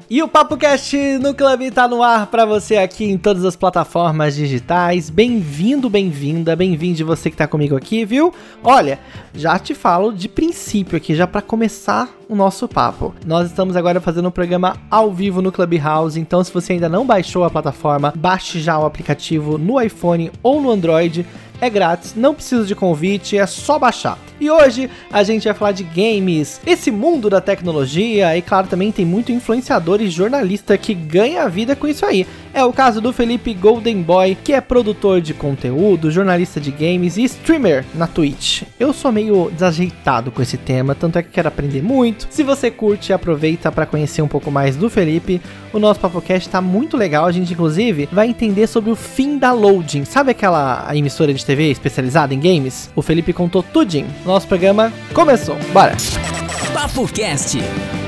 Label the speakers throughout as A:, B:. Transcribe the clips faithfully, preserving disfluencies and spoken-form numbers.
A: E o PapoCast no Clube tá no ar pra você aqui em todas as plataformas digitais. Bem-vindo, bem-vinda, bem-vindo você que tá comigo aqui, viu? Olha, já te falo de princípio aqui, já pra começar o nosso papo. Nós estamos agora fazendo um programa ao vivo no Clubhouse, então se você ainda não baixou a plataforma, baixe já o aplicativo no iPhone ou no Android. É grátis, não precisa de convite, é só baixar. E hoje a gente vai falar de games, esse mundo da tecnologia, e claro, também tem muito influenciador e jornalista que ganha a vida com isso aí. É o caso do Felipe Golden Boy, que é produtor de conteúdo, jornalista de games e streamer na Twitch. Eu sou meio desajeitado com esse tema, tanto é que quero aprender muito. Se você curte, aproveita para conhecer um pouco mais do Felipe. O nosso PapoCast tá muito legal, a gente inclusive vai entender sobre o fim da Loading. Sabe aquela emissora de T V especializada em games? O Felipe contou tudinho. Nosso programa começou, bora!
B: PapoCast.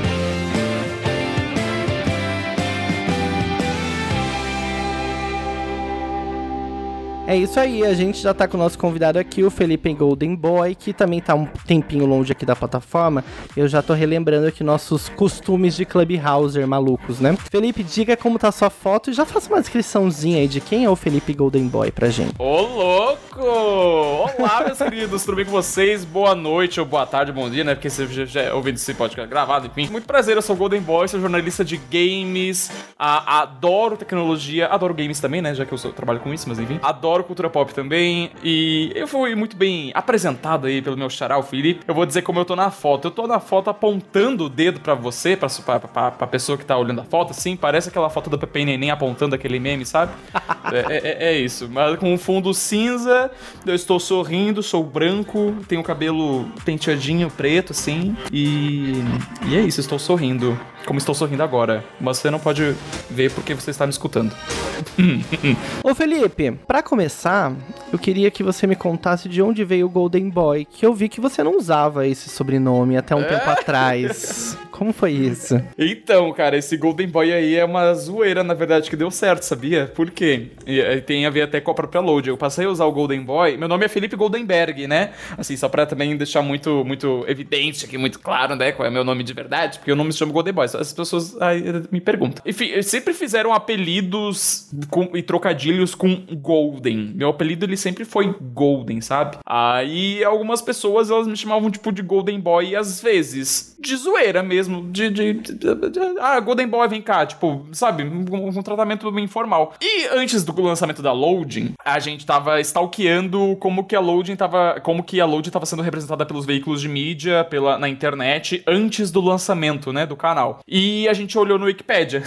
A: É isso aí, a gente já tá com o nosso convidado aqui, o Felipe Golden Boy, que também tá um tempinho longe aqui da plataforma. Eu já tô relembrando aqui nossos costumes de Clubhouser malucos, né? Felipe, diga como tá a sua foto e já faça uma descriçãozinha aí de quem é o Felipe Golden Boy pra gente.
C: Ô, louco! Olá, meus queridos, tudo bem com vocês? Boa noite, ou boa tarde, bom dia, né? Porque você já, já ouvindo esse podcast gravado, enfim. Muito prazer, eu sou o Golden Boy, sou jornalista de games, a, adoro tecnologia, adoro games também, né? Já que eu sou, trabalho com isso, mas enfim. Adoro cultura pop também, e eu fui muito bem apresentado aí pelo meu xará, o Felipe. Eu vou dizer como eu tô na foto. Eu tô na foto apontando o dedo pra você, pra, pra, pra, pra pessoa que tá olhando a foto, assim, parece aquela foto da Pepe e Neném apontando aquele meme, sabe? é, é, é isso, mas com um fundo cinza, eu estou sorrindo, sou branco, tenho o cabelo penteadinho, preto, assim, e, e é isso, estou sorrindo, como estou sorrindo agora, mas você não pode ver porque você está me escutando.
A: Ô Felipe, pra começar, eu queria que você me contasse de onde veio o Golden Boy, que eu vi que você não usava esse sobrenome até um é? tempo atrás. Como foi isso?
C: Então, cara, esse Golden Boy aí é uma zoeira, na verdade, que deu certo, sabia? Por quê? E, tem a ver até com a própria Load. Eu passei a usar o Golden Boy, meu nome é Felipe Goldenberg, né? Assim, só pra também deixar muito, muito evidente aqui, muito claro, né, qual é o meu nome de verdade, porque eu não me chamo Golden Boy, as pessoas aí me perguntam. Enfim, sempre fizeram apelidos com, e trocadilhos com Golden. Meu apelido, ele sempre foi Golden, sabe? Aí algumas pessoas, elas me chamavam, tipo, de Golden Boy, às vezes, de zoeira mesmo, de, de, de, de, de ah, Golden Boy, vem cá, tipo, sabe, um, um tratamento informal. E antes do lançamento da Loading, a gente tava stalkeando como que a Loading tava, como que a Loading tava sendo representada pelos veículos de mídia, pela, na internet, antes do lançamento, né, do canal. E a gente olhou no Wikipedia.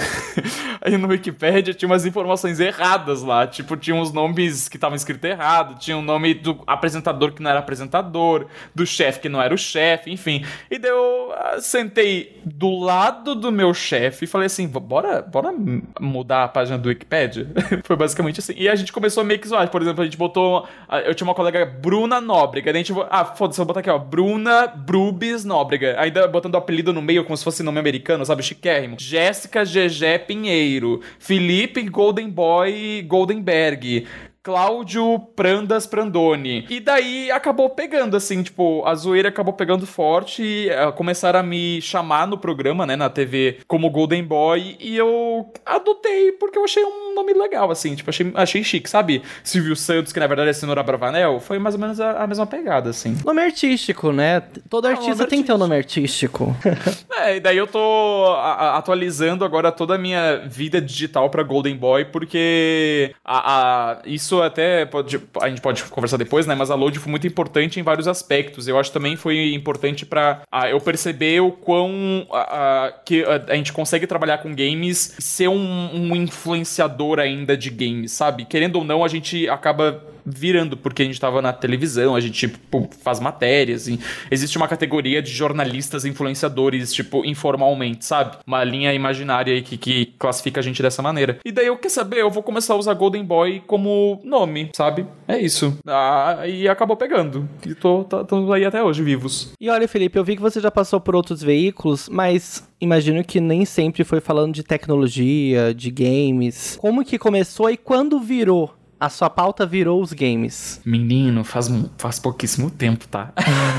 C: Aí no Wikipedia tinha umas informações erradas lá, tipo, tinha uns nomes que estavam escritos errado, tinha o um nome do apresentador que não era apresentador, do chefe que não era o chefe, enfim. E daí eu uh, sentei do lado do meu chefe e falei assim, bora, bora mudar a página do Wikipedia? Foi basicamente assim. E a gente começou a meio que zoar. Por exemplo, a gente botou... Eu tinha uma colega, Bruna Nóbrega. Daí a gente... Ah, foda-se, vou botar aqui, ó. Bruna Brubis Nóbrega. Ainda botando o apelido no meio como se fosse nome americano, sabe? Chiquérrimo. Jéssica Gegé Pinheiro. Felipe Golden Boy Goldenberg. Cláudio Prandas Prandoni. E daí acabou pegando, assim, tipo, a zoeira acabou pegando forte e uh, começaram a me chamar no programa, né, na T V, como Golden Boy, e eu adotei porque eu achei um nome legal, assim, tipo, achei, achei chique, sabe? Silvio Santos, que na verdade é Cenoura Bravanel, foi mais ou menos a, a mesma pegada, assim.
A: Nome artístico, né? Todo artista ah, tem que ter um nome artístico.
C: É, e daí eu tô a, a, atualizando agora toda a minha vida digital pra Golden Boy, porque a, a, isso até pode, a gente pode conversar depois, né? Mas a Load foi muito importante em vários aspectos. Eu acho que também foi importante pra a, eu perceber o quão a, a, que a, a gente consegue trabalhar com games e ser um, um influenciador ainda de games, sabe? Querendo ou não, a gente acaba virando, porque a gente tava na televisão, a gente, tipo, faz matérias, e existe uma categoria de jornalistas influenciadores, tipo, informalmente, sabe? Uma linha imaginária aí que, que classifica a gente dessa maneira. E daí eu, quer saber, eu vou começar a usar Golden Boy como nome, sabe? É isso. Ah, e acabou pegando. E tô, tô, tô aí até hoje, vivos.
A: E olha, Felipe, eu vi que você já passou por outros veículos, mas imagino que nem sempre foi falando de tecnologia, de games. Como que começou e quando virou a sua pauta virou os games?
C: Menino, faz, faz pouquíssimo tempo, tá?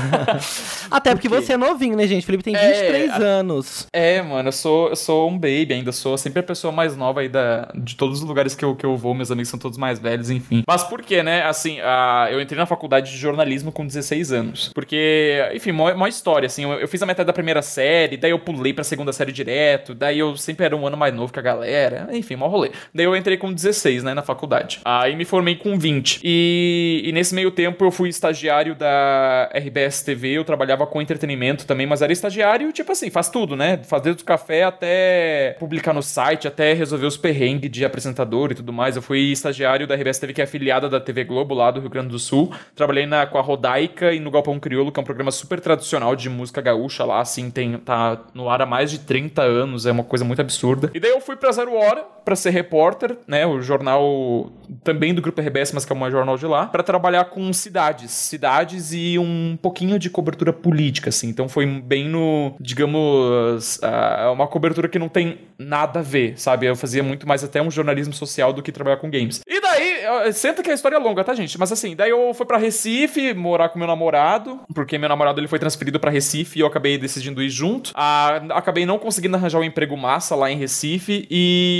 A: Até porque Por você é novinho, né, gente? O Felipe tem vinte e três é, anos.
C: É, mano, eu sou, eu sou um baby ainda, sou sempre a pessoa mais nova aí da, de todos os lugares que eu, que eu vou, meus amigos são todos mais velhos, enfim. Mas por quê, né? Assim, a, eu entrei na faculdade de jornalismo com dezesseis anos. Porque, enfim, uma, uma história, assim, eu, eu fiz a metade da primeira série, daí eu pulei pra segunda série direto, daí eu sempre era um ano mais novo que a galera, enfim, mó rolê. Daí eu entrei com dezesseis, né, na faculdade. Aí me formei com vinte. E, e nesse meio tempo eu fui estagiário da R B S T V, eu trabalhava com entretenimento também, mas era estagiário, tipo assim, faz tudo, né? Faz desde o café até publicar no site, até resolver os perrengues de apresentador e tudo mais. Eu fui estagiário da R B S T V, que é afiliada da T V Globo, lá do Rio Grande do Sul. Trabalhei na, com a Rodaica e no Galpão Crioulo, que é um programa super tradicional de música gaúcha lá, assim, tem, tá no ar há mais de trinta anos, é uma coisa muito absurda. E daí eu fui pra Zero Hora, pra ser repórter, né? O jornal também do Grupo R B S, mas que é um jornal de lá, pra trabalhar com cidades. Cidades e um pouquinho de cobertura política, assim. Então foi bem no, digamos, uh, uma cobertura que não tem nada a ver, sabe? Eu fazia muito mais até um jornalismo social do que trabalhar com games. E daí, senta que a história é longa, tá, gente? Mas assim, daí eu fui pra Recife morar com meu namorado, porque meu namorado ele foi transferido pra Recife e eu acabei decidindo ir junto. Ah, acabei não conseguindo arranjar um emprego massa lá em Recife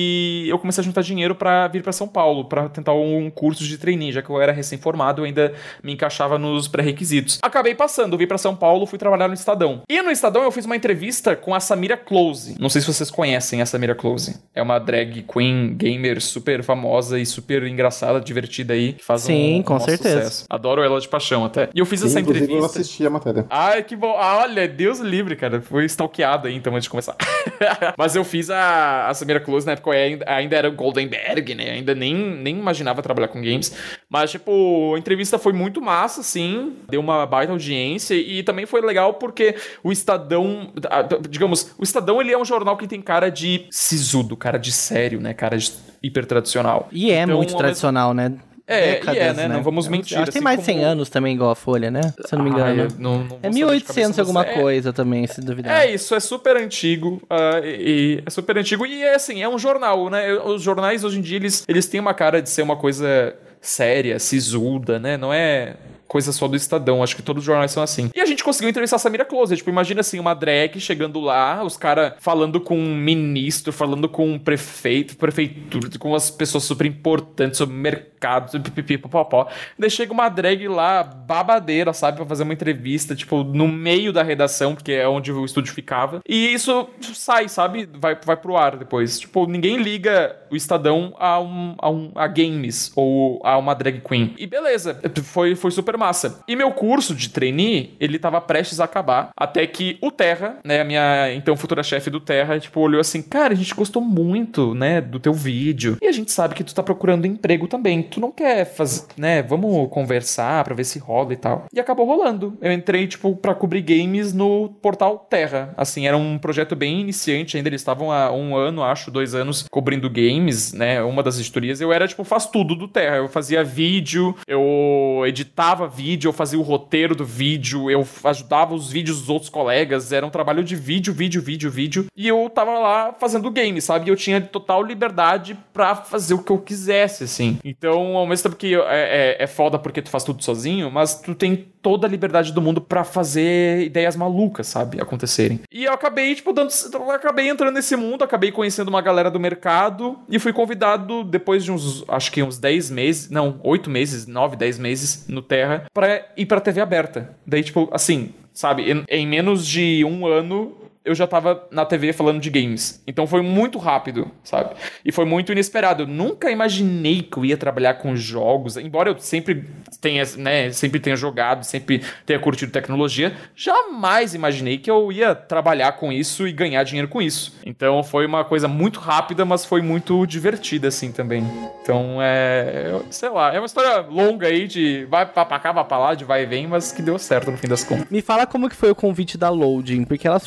C: e eu comecei a juntar dinheiro pra vir pra São Paulo, pra tentar um curso de trainee, já que eu era recém-formado, eu ainda me encaixava nos pré-requisitos. Acabei passando, vim pra São Paulo, fui trabalhar no Estadão. E no Estadão eu fiz uma entrevista com a Samira Close. Não sei se vocês conhecem a Samira Close. É uma drag queen gamer super famosa e super engraçada, divertida aí. Que faz
A: Sim,
C: um,
A: com
C: um
A: certeza.
C: Sucesso. Adoro ela de paixão até. E eu fiz
D: Sim,
C: essa
D: inclusive
C: entrevista.
D: Eu assisti a matéria.
C: Ai, que bom. Ah, olha, Deus livre, cara. Fui stalkeado aí, então, antes de começar. Mas eu fiz a, a Samira Close na época, eu ainda, ainda era o Goldenberg, né? Ainda nem, nem imaginava trabalhar com games. Mas, tipo, a entrevista foi muito massa, sim. Deu uma baita audiência e também foi legal porque o Estadão, digamos, o Estadão, ele é um jornal que tem cara de sisudo, cara de sério, né? Cara de hiper tradicional.
A: E é
C: então,
A: muito tradicional, né?
C: É,
A: Décadas,
C: e é, né?
A: né?
C: Não vamos mentir.
A: Acho que tem mais de cem anos também, igual a Folha, né? Se eu não me engano.
C: Ah, não, não
A: é mil e oitocentos alguma
C: é...
A: coisa também, se duvidar.
C: É isso, é super antigo. Uh, e, e é super antigo e é assim, é um jornal, né? Os jornais hoje em dia, eles, eles têm uma cara de ser uma coisa séria, sisuda, né? Não é coisa só do Estadão, acho que todos os jornais são assim. E a gente conseguiu entrevistar a Samira Close, tipo, imagina assim, uma drag chegando lá, os caras falando com um ministro, falando com um prefeito, prefeitura, com as pessoas super importantes sobre mercado, sobre pipipi, popopó. Daí chega uma drag lá, babadeira, sabe, pra fazer uma entrevista, tipo, no meio da redação, porque é onde o estúdio ficava, e isso sai, sabe, vai, vai pro ar depois. Tipo, ninguém liga o Estadão a, um, a, um, a games, ou a uma drag queen. E beleza, foi, foi super massa. E meu curso de trainee, ele tava prestes a acabar, até que o Terra, né, a minha então futura chefe do Terra, tipo, olhou assim, cara, a gente gostou muito, né, do teu vídeo, e a gente sabe que tu tá procurando emprego também, tu não quer fazer, né, vamos conversar pra ver se rola e tal. E acabou rolando. Eu entrei, tipo, pra cobrir games no portal Terra. Assim, era um projeto bem iniciante ainda, eles estavam há um ano, acho, dois anos, cobrindo games, né, uma das editorias. Eu era, tipo, faz tudo do Terra. Eu fazia vídeo, eu editava vídeo, eu fazia o roteiro do vídeo, eu ajudava os vídeos dos outros colegas, era um trabalho de vídeo, vídeo, vídeo, vídeo, e eu tava lá fazendo game, sabe? E eu tinha total liberdade pra fazer o que eu quisesse, assim. Então, ao mesmo tempo que é, é, é foda porque tu faz tudo sozinho, mas tu tem toda a liberdade do mundo pra fazer ideias malucas, sabe? Acontecerem. E eu acabei, tipo, dando, eu acabei entrando nesse mundo, acabei conhecendo uma galera do mercado e fui convidado depois de uns, acho que uns dez meses, não, oito meses, nove, dez meses no Terra, pra ir pra T V aberta. Daí, tipo, assim, sabe, em, em menos de um ano eu já tava na T V falando de games. Então foi muito rápido, sabe? E foi muito inesperado. Eu nunca imaginei que eu ia trabalhar com jogos, embora eu sempre tenha, né, sempre tenha jogado, sempre tenha curtido tecnologia, jamais imaginei que eu ia trabalhar com isso e ganhar dinheiro com isso. Então foi uma coisa muito rápida, mas foi muito divertida, assim, também. Então, é... sei lá, é uma história longa aí de vai pra cá, vai pra lá, de vai e vem, mas que deu certo no fim das contas.
A: Me fala como que foi o convite da Loading, porque ela surgiu meio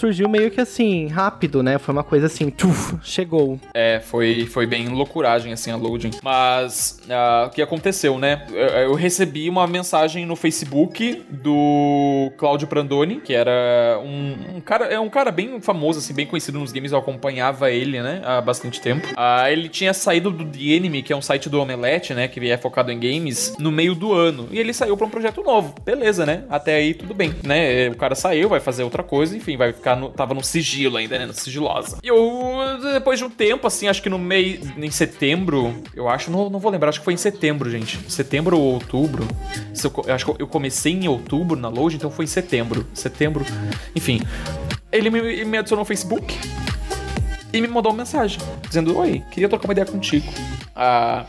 A: meio que assim, rápido, né? Foi uma coisa assim, tuf, chegou.
C: É, foi, foi bem loucuragem, assim, a loading. Mas, uh, o que aconteceu, né? Eu, eu recebi uma mensagem no Facebook do Claudio Prandoni, que era um, um cara, é um cara bem famoso, assim, bem conhecido nos games, eu acompanhava ele, né, há bastante tempo. Uh, ele tinha saído do The Enemy, que é um site do Omelete, né, que é focado em games, no meio do ano. E ele saiu pra um projeto novo. Beleza, né? Até aí tudo bem, né? O cara saiu, vai fazer outra coisa, enfim, vai ficar no, tava no sigilo ainda, né, no sigilosa. E eu, depois de um tempo, assim, acho que no meio, em setembro, eu acho, não, não vou lembrar, acho que foi em setembro, gente. Setembro ou outubro. Se eu, eu acho que eu comecei em outubro na load, então foi em setembro. Setembro, enfim. Ele me, me adicionou no Facebook e me mandou uma mensagem, dizendo, oi, queria trocar uma ideia contigo. Ah...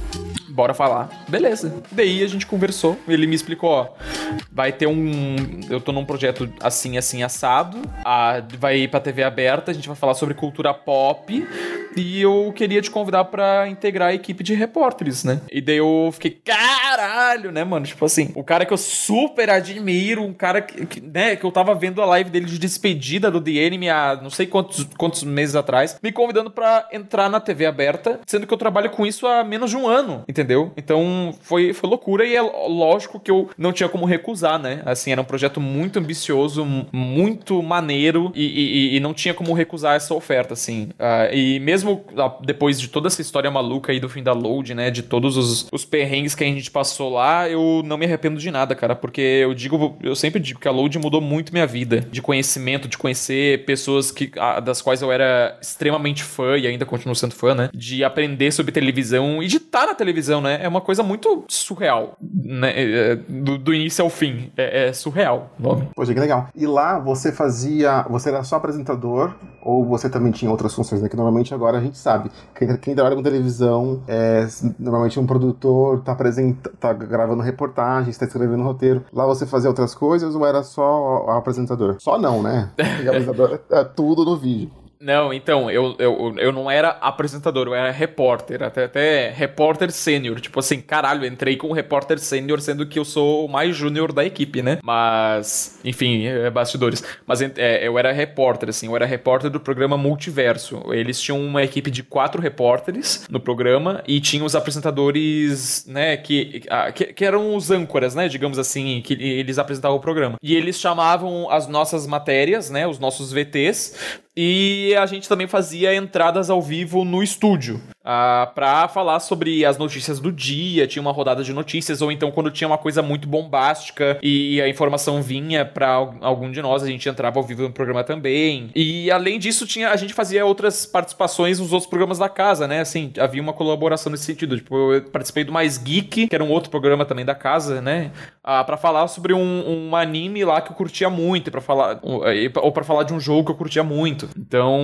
C: Bora falar. Beleza. Daí a gente conversou. Ele me explicou, ó, vai ter um... Eu tô num projeto assim, assim, assado. Ah, vai ir pra T V aberta. A gente vai falar sobre cultura pop. E eu queria te convidar pra integrar a equipe de repórteres, né? E daí eu fiquei, caralho, né, mano? Tipo assim, o cara que eu super admiro, um cara que, que, né, que eu tava vendo a live dele de despedida do The Enemy há não sei quantos, quantos meses atrás, me convidando pra entrar na T V aberta, sendo que eu trabalho com isso há menos de um ano, entendeu? Então foi, foi loucura e é lógico que eu não tinha como recusar, né? Assim, era um projeto muito ambicioso, muito maneiro e, e, e não tinha como recusar essa oferta, assim. Uh, e mesmo depois de toda essa história maluca aí do fim da load, né? De todos os, os perrengues que a gente passou lá, eu não me arrependo de nada, cara, porque eu digo, eu sempre digo que a load mudou muito minha vida, de conhecimento, de conhecer pessoas que, das quais eu era extremamente fã e ainda continuo sendo fã, né? De aprender sobre televisão e de estar na televisão, né? É uma coisa muito surreal, né? Do, do início ao fim. É, é surreal o nome.
D: Poxa, que legal. E lá você fazia... Você era só apresentador ou você também tinha outras funções, né? Que normalmente agora a gente sabe. Quem, quem trabalha com televisão é normalmente um produtor, tá, apresenta, tá gravando reportagens, tá escrevendo roteiro. Lá você fazia outras coisas ou era só o apresentador? Só não, né? O apresentador é tudo no vídeo.
C: Não, então, eu, eu, eu não era apresentador, eu era repórter, até, até repórter sênior, tipo assim, caralho, eu entrei com repórter sênior, sendo que eu sou o mais júnior da equipe, né? Mas, enfim, é, bastidores. Mas é, eu era repórter, assim, eu era repórter do programa Multiverso. Eles tinham uma equipe de quatro repórteres no programa e tinham os apresentadores, né, que, que, que eram os âncoras, né, digamos assim, que eles apresentavam o programa. E eles chamavam as nossas matérias, né, os nossos V Ts, e a gente também fazia entradas ao vivo no estúdio uh, pra falar sobre as notícias do dia, tinha uma rodada de notícias, ou então quando tinha uma coisa muito bombástica e a informação vinha pra algum de nós, a gente entrava ao vivo no programa também. E além disso, tinha, a gente fazia outras participações nos outros programas da casa, né? Assim, havia uma colaboração nesse sentido. Tipo, eu participei do Mais Geek, que era um outro programa também da casa, né? Uh, pra falar sobre um, um anime lá que eu curtia muito, pra falar, ou pra falar de um jogo que eu curtia muito. Então,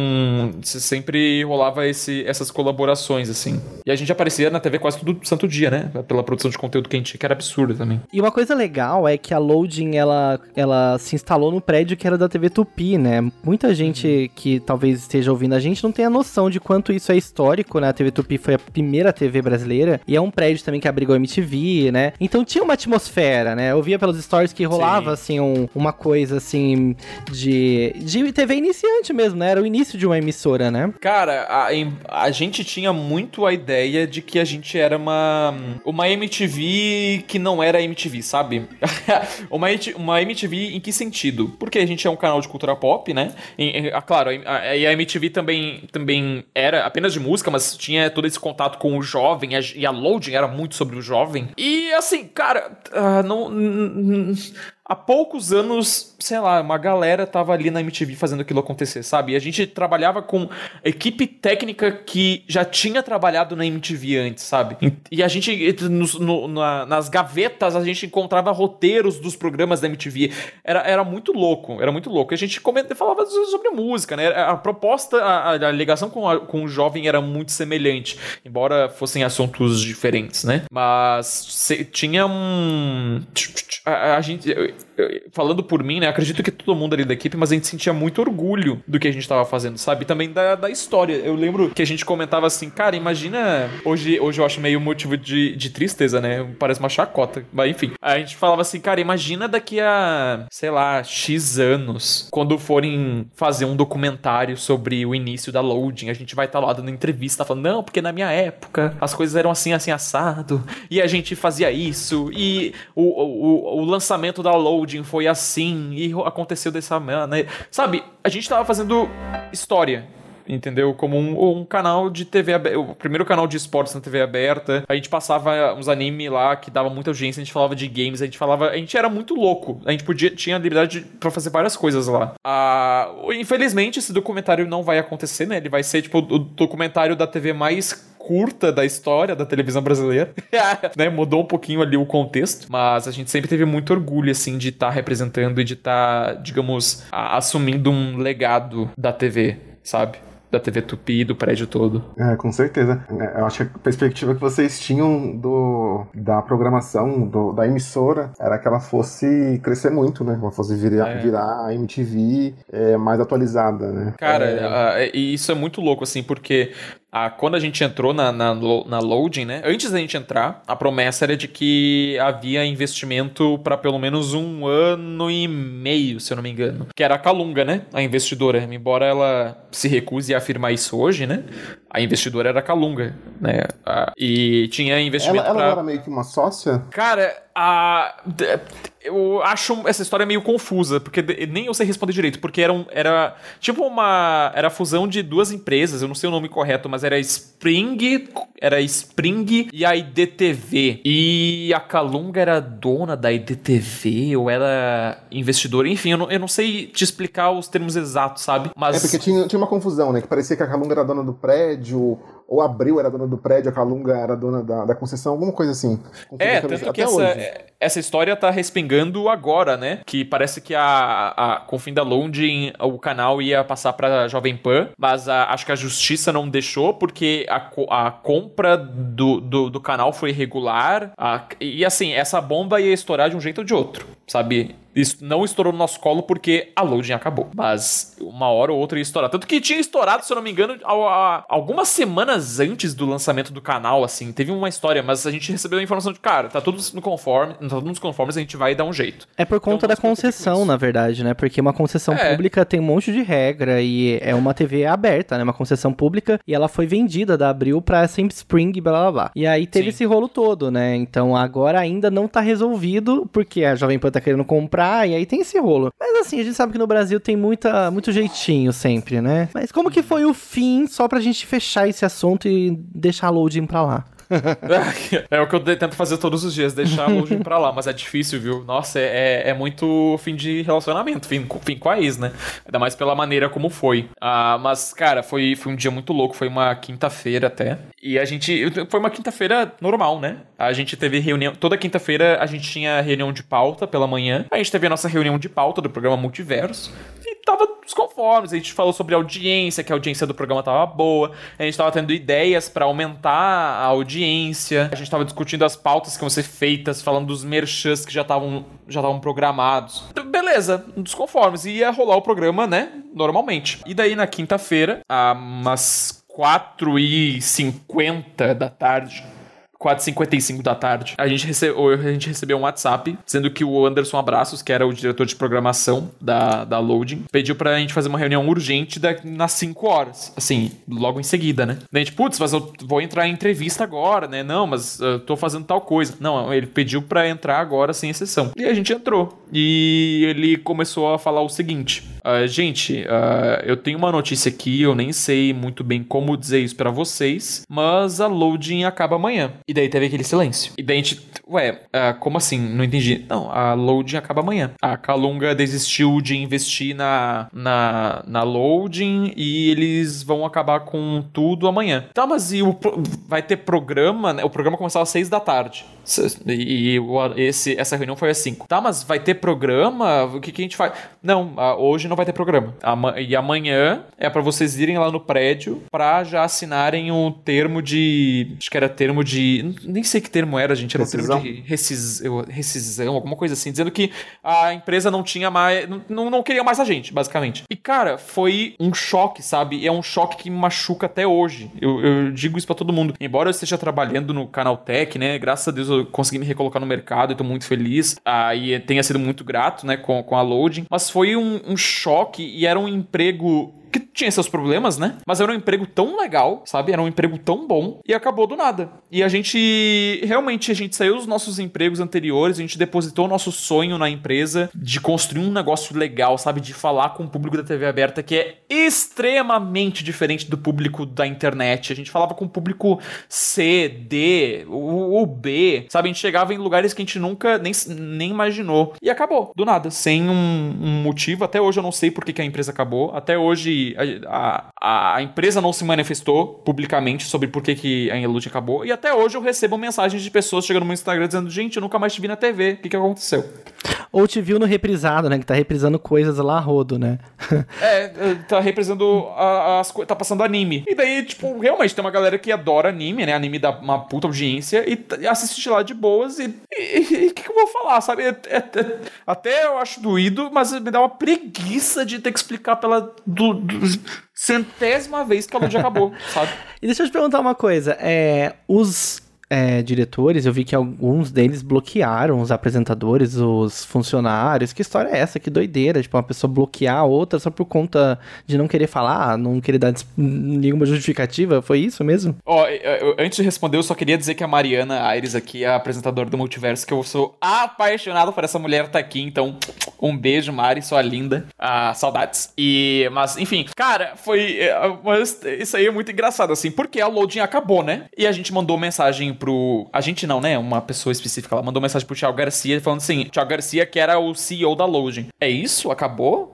C: sempre rolava esse, essas colaborações, assim. E a gente aparecia na T V quase todo santo dia, né? Pela produção de conteúdo que a gente tinha, que era absurda também.
A: E uma coisa legal é que a Loading, ela, ela se instalou no prédio que era da T V Tupi, né? Muita gente uhum. que talvez esteja ouvindo a gente não tem a noção de quanto isso é histórico, né? A T V Tupi foi a primeira T V brasileira e é um prédio também que abrigou a M T V, né? Então tinha uma atmosfera, né? Eu via pelos stories que rolava, Sim. assim, um, uma coisa, assim, de, de T V iniciante mesmo, né? Era o início de uma emissora, né?
C: Cara, a, a gente tinha muito a ideia de que a gente era uma uma M T V que não era M T V, sabe? uma, uma M T V em que sentido? Porque a gente é um canal de cultura pop, né? E, a, claro, a, a M T V também, também era apenas de música, mas tinha todo esse contato com o jovem, a, e a Loading era muito sobre o jovem. E assim, cara, uh, não... N- Há poucos anos, sei lá, uma galera tava ali na M T V fazendo aquilo acontecer, sabe? E a gente trabalhava com equipe técnica que já tinha trabalhado na M T V antes, sabe? E a gente, no, no, na, nas gavetas, a gente encontrava roteiros dos programas da M T V. Era, era muito louco, era muito louco. E a gente comenta, falava sobre música, né? A proposta, a, a ligação com, a, com o jovem era muito semelhante, embora fossem assuntos diferentes, né? Mas se, tinha um... A, a gente... falando por mim, né, acredito que todo mundo ali da equipe, mas a gente sentia muito orgulho do que a gente tava fazendo, sabe? Também da, da história. Eu lembro que a gente comentava assim, cara, imagina... Hoje, hoje eu acho meio motivo de, de tristeza, né? Parece uma chacota. Mas enfim. A gente falava assim, cara, imagina daqui a, sei lá, X anos, quando forem fazer um documentário sobre o início da Loading, a gente vai estar tá lá dando entrevista, falando, não, porque na minha época as coisas eram assim, assim, assado, e a gente fazia isso, e o, o, o lançamento da Loading foi assim, e aconteceu dessa maneira. Sabe, a gente tava fazendo história, entendeu? Como um, um canal de T V aberta, o primeiro canal de esportes na T V aberta. A gente passava uns anime lá que dava muita audiência, a gente falava de games, a gente falava, a gente era muito louco, a gente podia, tinha a liberdade pra fazer várias coisas lá. Ah, infelizmente esse documentário não vai acontecer, né? Ele vai ser tipo o documentário da T V mais curta da história da televisão brasileira, né? Mudou um pouquinho ali o contexto, mas a gente sempre teve muito orgulho, assim, de estar tá representando e de estar, tá, digamos, a, assumindo um legado da T V, sabe? Da T V Tupi, do prédio todo.
D: É, com certeza. Eu acho que a perspectiva que vocês tinham do, da programação, do, da emissora, era que ela fosse crescer muito, né? Que ela fosse virar, é. virar a M T V é, mais atualizada, né?
C: Cara,
D: é...
C: e isso é muito louco, assim, porque... Ah, quando a gente entrou na, na, na Loading, né? Antes da gente entrar, a promessa era de que havia investimento para pelo menos um ano e meio, se eu não me engano. Que era a Calunga, né? A investidora. Embora ela se recuse a afirmar isso hoje, né? A investidora era a Calunga, né? Ah, e tinha investimento
D: Ela, ela
C: pra...
D: não era meio que uma sócia?
C: Cara, a... eu acho essa história meio confusa, porque nem eu sei responder direito, porque era, um, era tipo uma... Era a fusão de duas empresas, eu não sei o nome correto, mas era Spring, era Spring e a I D T V. E a Calunga era dona da I D T V, ou era investidora, enfim, eu não, eu não sei te explicar os termos exatos, sabe? Mas...
D: É porque tinha, tinha uma confusão, né? Que parecia que a Calunga era dona do prédio, ou a Abril era dona do prédio, a Calunga era dona da, da concessão, alguma coisa assim.
C: É, tanto que essa, essa história tá respingando agora, né? Que parece que a, a, com o fim da Loading, o canal ia passar pra Jovem Pan, mas a, acho que a justiça não deixou, porque a, a compra do, do, do canal foi irregular. A, e assim, essa bomba ia estourar de um jeito ou de outro, sabe? Isso não estourou no nosso colo porque a Loading acabou. Mas uma hora ou outra ia estourar. Tanto que tinha estourado, se eu não me engano, a, a, algumas semanas antes do lançamento do canal, assim. Teve uma história, mas a gente recebeu a informação de, cara, tá tudo no conforme, tá tudo nos conformes, a gente vai dar um jeito.
A: É por conta então, da concessão, na verdade, né? Porque uma concessão é. pública tem um monte de regra e é uma T V aberta, né? Uma concessão pública e ela foi vendida da Abril pra sempre Spring e blá blá blá. E aí teve Sim. esse rolo todo, né? Então agora ainda não tá resolvido porque a Jovem Pan tá querendo comprar e aí tem esse rolo. Mas assim, a gente sabe que no Brasil tem muita, muito jeitinho sempre, né? Mas como que foi o fim, só pra gente fechar esse assunto e deixar a Loading pra lá?
C: É o que eu tento fazer todos os dias, deixar a Loading pra lá, mas é difícil, viu? Nossa, é, é muito fim de relacionamento, fim, fim com a ex, né? Ainda mais pela maneira como foi. Ah, mas, cara, foi, foi um dia muito louco, foi uma quinta-feira até. E a gente... Foi uma quinta-feira normal, né? A gente teve reunião... Toda quinta-feira a gente tinha reunião de pauta pela manhã. A gente teve a nossa reunião de pauta do programa Multiverso. E tava desconformes. A gente falou sobre a audiência, que a audiência do programa tava boa. A gente tava tendo ideias pra aumentar a audiência. A gente tava discutindo as pautas que vão ser feitas, falando dos merchans que já estavam já estavam programados. Então, beleza, desconformes. E ia rolar o programa, né? Normalmente. E daí na quinta-feira, a umas quatro e cinquenta da tarde... quatro e cinquenta e cinco da tarde, a gente, recebe, a gente recebeu um WhatsApp dizendo que o Anderson Abraços, que era o diretor de programação da, da Loading, pediu pra gente fazer uma reunião urgente da, nas cinco horas. Assim, logo em seguida, né? Daí a gente, putz, mas eu vou entrar em entrevista agora, né? Não, mas eu tô fazendo tal coisa. Não, ele pediu pra entrar agora sem exceção. E a gente entrou. E ele começou a falar o seguinte... Uh, gente, uh, eu tenho uma notícia aqui, eu nem sei muito bem como dizer isso pra vocês, mas a Loading acaba amanhã. E daí teve aquele silêncio. E daí a gente, ué, uh, como assim? Não entendi. Não, a Loading acaba amanhã. A Calunga desistiu de investir na, na, na Loading e eles vão acabar com tudo amanhã. Tá, mas e o, vai ter programa, né? O programa começava às seis da tarde. E, e esse, essa reunião foi às cinco. Tá, mas vai ter programa? O que, que a gente faz? Não, uh, hoje não vai ter programa. E amanhã é pra vocês irem lá no prédio pra já assinarem o termo de... Acho que era termo de... Nem sei que termo era, gente. Era
D: rescisão?
C: o
D: Rescisão.
C: de rescis, rescisão, alguma coisa assim, dizendo que a empresa não tinha mais, não, não queria mais a gente, basicamente. E, cara, foi um choque, sabe? E é um choque que me machuca até hoje. Eu, eu digo isso pra todo mundo. Embora eu esteja trabalhando no Canaltech, né? Graças a Deus eu consegui me recolocar no mercado e tô muito feliz. Ah, e tenha sido muito grato, né? Com, com a Loading. Mas foi um, um choque e era um emprego que tinha seus problemas, né? Mas era um emprego tão legal, sabe? Era um emprego tão bom e acabou do nada. E a gente, realmente, a gente saiu dos nossos empregos anteriores, a gente depositou o nosso sonho na empresa de construir um negócio legal, sabe? De falar com o público da T V aberta, que é extremamente diferente do público da internet. A gente falava com o público C, D, ou B, sabe? A gente chegava em lugares que a gente nunca nem, nem imaginou. E acabou, do nada, sem um, um motivo. Até hoje eu não sei por que, que a empresa acabou. Até hoje A, a, a empresa não se manifestou publicamente sobre por que, que a Loading acabou. E até hoje eu recebo mensagens de pessoas chegando no meu Instagram dizendo: gente, eu nunca mais te vi na T V. O que, que aconteceu?
A: Ou te viu no reprisado, né? Que tá reprisando coisas lá a rodo, né?
C: É, tá reprisando a, as coisas, tá passando anime. E daí, tipo, realmente tem uma galera que adora anime, né? Anime dá uma puta audiência e, e assiste lá de boas. E o que, que eu vou falar, sabe? É, é, é, até eu acho doído, mas me dá uma preguiça de ter que explicar pela do, do, centésima vez que a Loading acabou, sabe?
A: E deixa eu te perguntar uma coisa. É, os é, diretores, eu vi que alguns deles bloquearam os apresentadores, os funcionários. Que história é essa? Que doideira. Tipo, uma pessoa bloquear a outra só por conta de não querer falar, não querer dar nenhuma justificativa. Foi isso mesmo?
C: Ó, oh, antes de responder, eu só queria dizer que a Mariana Aires aqui é a apresentadora do Multiverso, que eu sou apaixonado por essa mulher tá aqui. Então, um beijo, Mari, sua linda. Ah, saudades. E, mas, enfim, cara, foi... Mas isso aí é muito engraçado, assim, porque a Loading acabou, né? E a gente mandou mensagem pro... A gente não, né? Uma pessoa específica. Ela mandou mensagem pro Thiago Garcia falando assim... Thiago Garcia, que era o C E O da Loading. É isso? Acabou?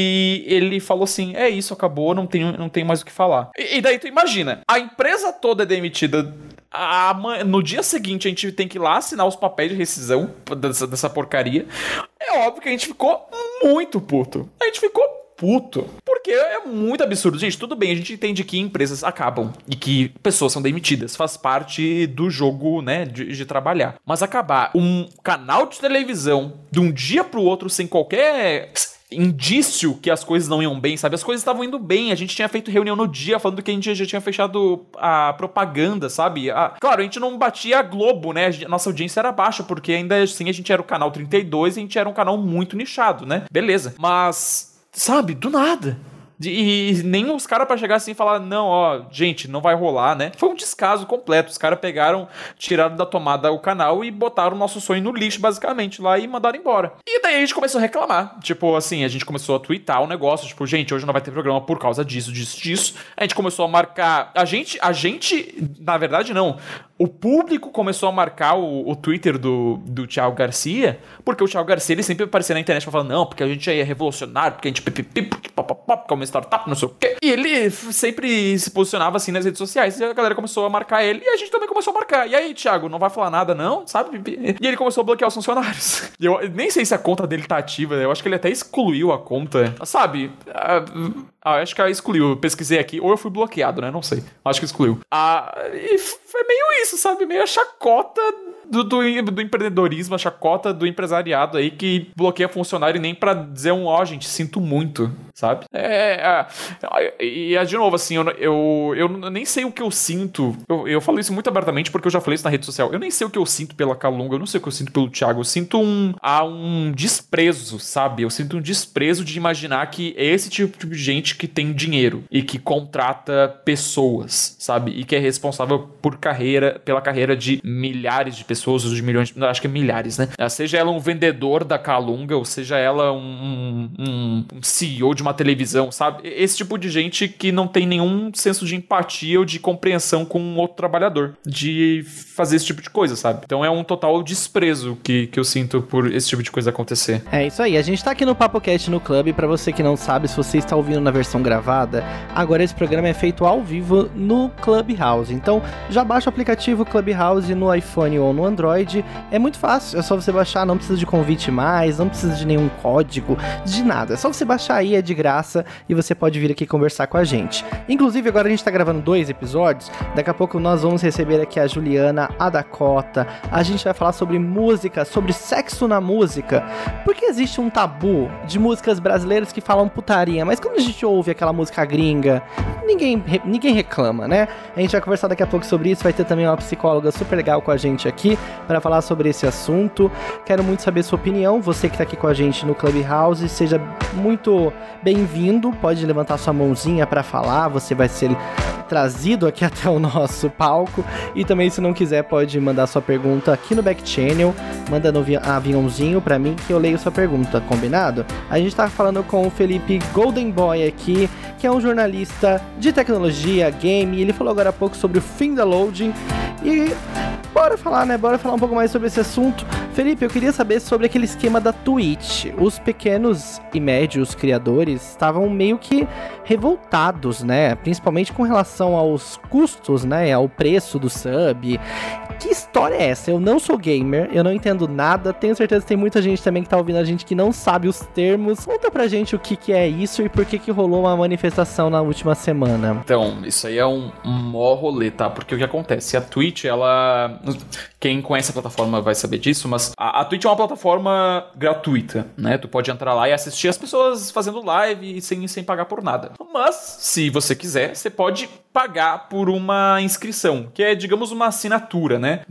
C: E ele falou assim... É isso, acabou. Não tenho, não tenho mais o que falar. E, e daí tu imagina. A empresa toda é demitida... A, a, no dia seguinte a gente tem que ir lá assinar os papéis de rescisão dessa, dessa porcaria. É óbvio que a gente ficou muito puto. A gente ficou puto. Porque é muito absurdo. Gente, tudo bem, a gente entende que empresas acabam e que pessoas são demitidas. Faz parte do jogo, né, de, de trabalhar. Mas acabar um canal de televisão de um dia pro outro sem qualquer... indício que as coisas não iam bem, sabe? As coisas estavam indo bem, a gente tinha feito reunião no dia falando que a gente já tinha fechado a propaganda, sabe? A... Claro, a gente não batia a Globo, né? A nossa audiência era baixa, porque ainda assim a gente era o canal trinta e dois e a gente era um canal muito nichado, né? Beleza. Mas, sabe? Do nada. E, e nem os caras pra chegar assim e falar, não, ó, gente, não vai rolar, né? Foi um descaso completo. Os caras pegaram, tiraram da tomada o canal e botaram o nosso sonho no lixo, basicamente, lá e mandaram embora. E daí a gente começou a reclamar. Tipo, assim, a gente começou a twittar o negócio, tipo, gente, hoje não vai ter programa por causa disso, disso, disso. A gente começou a marcar... A gente, a gente, na verdade, não. O público começou a marcar o, o Twitter do, do Thiago Garcia, porque o Thiago Garcia, ele sempre aparecia na internet pra falar, não, porque a gente aí é revolucionário, porque a gente pipipi, porque papapá, porque é uma startup, não sei o quê. E ele sempre se posicionava assim nas redes sociais, e a galera começou a marcar ele, e a gente também começou a marcar. E aí, Thiago, não vai falar nada não, sabe? E ele começou a bloquear os funcionários. E eu nem sei se a conta dele tá ativa, eu acho que ele até excluiu a conta, sabe? Ah, acho que excluiu, eu pesquisei aqui, ou eu fui bloqueado, né? Não sei. Acho que excluiu. Ah, e foi meio isso, sabe? Meio a chacota do, do, do empreendedorismo, a chacota do empresariado aí que bloqueia funcionário e nem pra dizer um, ó, oh, gente, sinto muito, sabe? É, é, e de novo, assim, eu, eu, eu nem sei o que eu sinto, eu, eu falo isso muito abertamente porque eu já falei isso na rede social, eu nem sei o que eu sinto pela Calunga, eu não sei o que eu sinto pelo Thiago, eu sinto um, há um desprezo, sabe? Eu sinto um desprezo de imaginar que é esse tipo de gente que tem dinheiro e que contrata pessoas, sabe? E que é responsável por carreira, pela carreira de milhares de pessoas, ou de milhões, de, acho que é milhares, né? Seja ela um vendedor da Calunga, ou seja ela um, um, um C E O de uma televisão, sabe? Esse tipo de gente que não tem nenhum senso de empatia ou de compreensão com um outro trabalhador, de fazer esse tipo de coisa, sabe? Então é um total desprezo que, que eu sinto por esse tipo de coisa acontecer.
A: É isso aí, a gente tá aqui no PapoCast no Clube, pra você que não sabe, se você está ouvindo na versão gravada, agora esse programa é feito ao vivo no Clubhouse, então já baixa o aplicativo Clubhouse no iPhone ou no Android, é muito fácil, é só você baixar, não precisa de convite mais, não precisa de nenhum código, de nada, é só você baixar aí, é de graça, e você pode vir aqui conversar com a gente. Inclusive, agora a gente tá gravando dois episódios, daqui a pouco nós vamos receber aqui a Juliana, a Dakota, a gente vai falar sobre música, sobre sexo na música, porque existe um tabu de músicas brasileiras que falam putaria, mas quando a gente ouve aquela música gringa, ninguém, ninguém reclama, né? A gente vai conversar daqui a pouco sobre isso, vai ter também uma psicóloga super legal com a gente aqui para falar sobre esse assunto. Quero muito saber sua opinião, você que tá aqui com a gente no Clubhouse, seja muito bem-vindo, pode levantar sua mãozinha para falar, você vai ser trazido aqui até o nosso palco, e também se não quiser pode mandar sua pergunta aqui no back channel, manda no aviãozinho pra mim que eu leio sua pergunta, combinado? A gente tá falando com o Felipe Golden Boy aqui, que é um jornalista de tecnologia, game, e ele falou agora há pouco sobre o fim da loading, e bora falar, né? Bora falar um pouco mais sobre esse assunto. Felipe, eu queria saber sobre aquele esquema da Twitch. Os pequenos e médios criadores estavam meio que revoltados, né? Principalmente com relação aos custos, né? Ao preço do sub. Que história é essa? Eu não sou gamer, eu não entendo nada. Tenho certeza que tem muita gente também que tá ouvindo a gente que não sabe os termos. Conta pra gente o que que é isso e por que que rolou uma manifestação na última semana.
C: Então, isso aí é um, um mó rolê, tá? Porque o que acontece? A Twitch, ela... Quem conhece a plataforma vai saber disso, mas a, a Twitch é uma plataforma gratuita, né? Tu pode entrar lá e assistir as pessoas fazendo live sem, sem pagar por nada. Mas, se você quiser, você pode pagar por uma inscrição, que é, digamos, uma assinatura, né?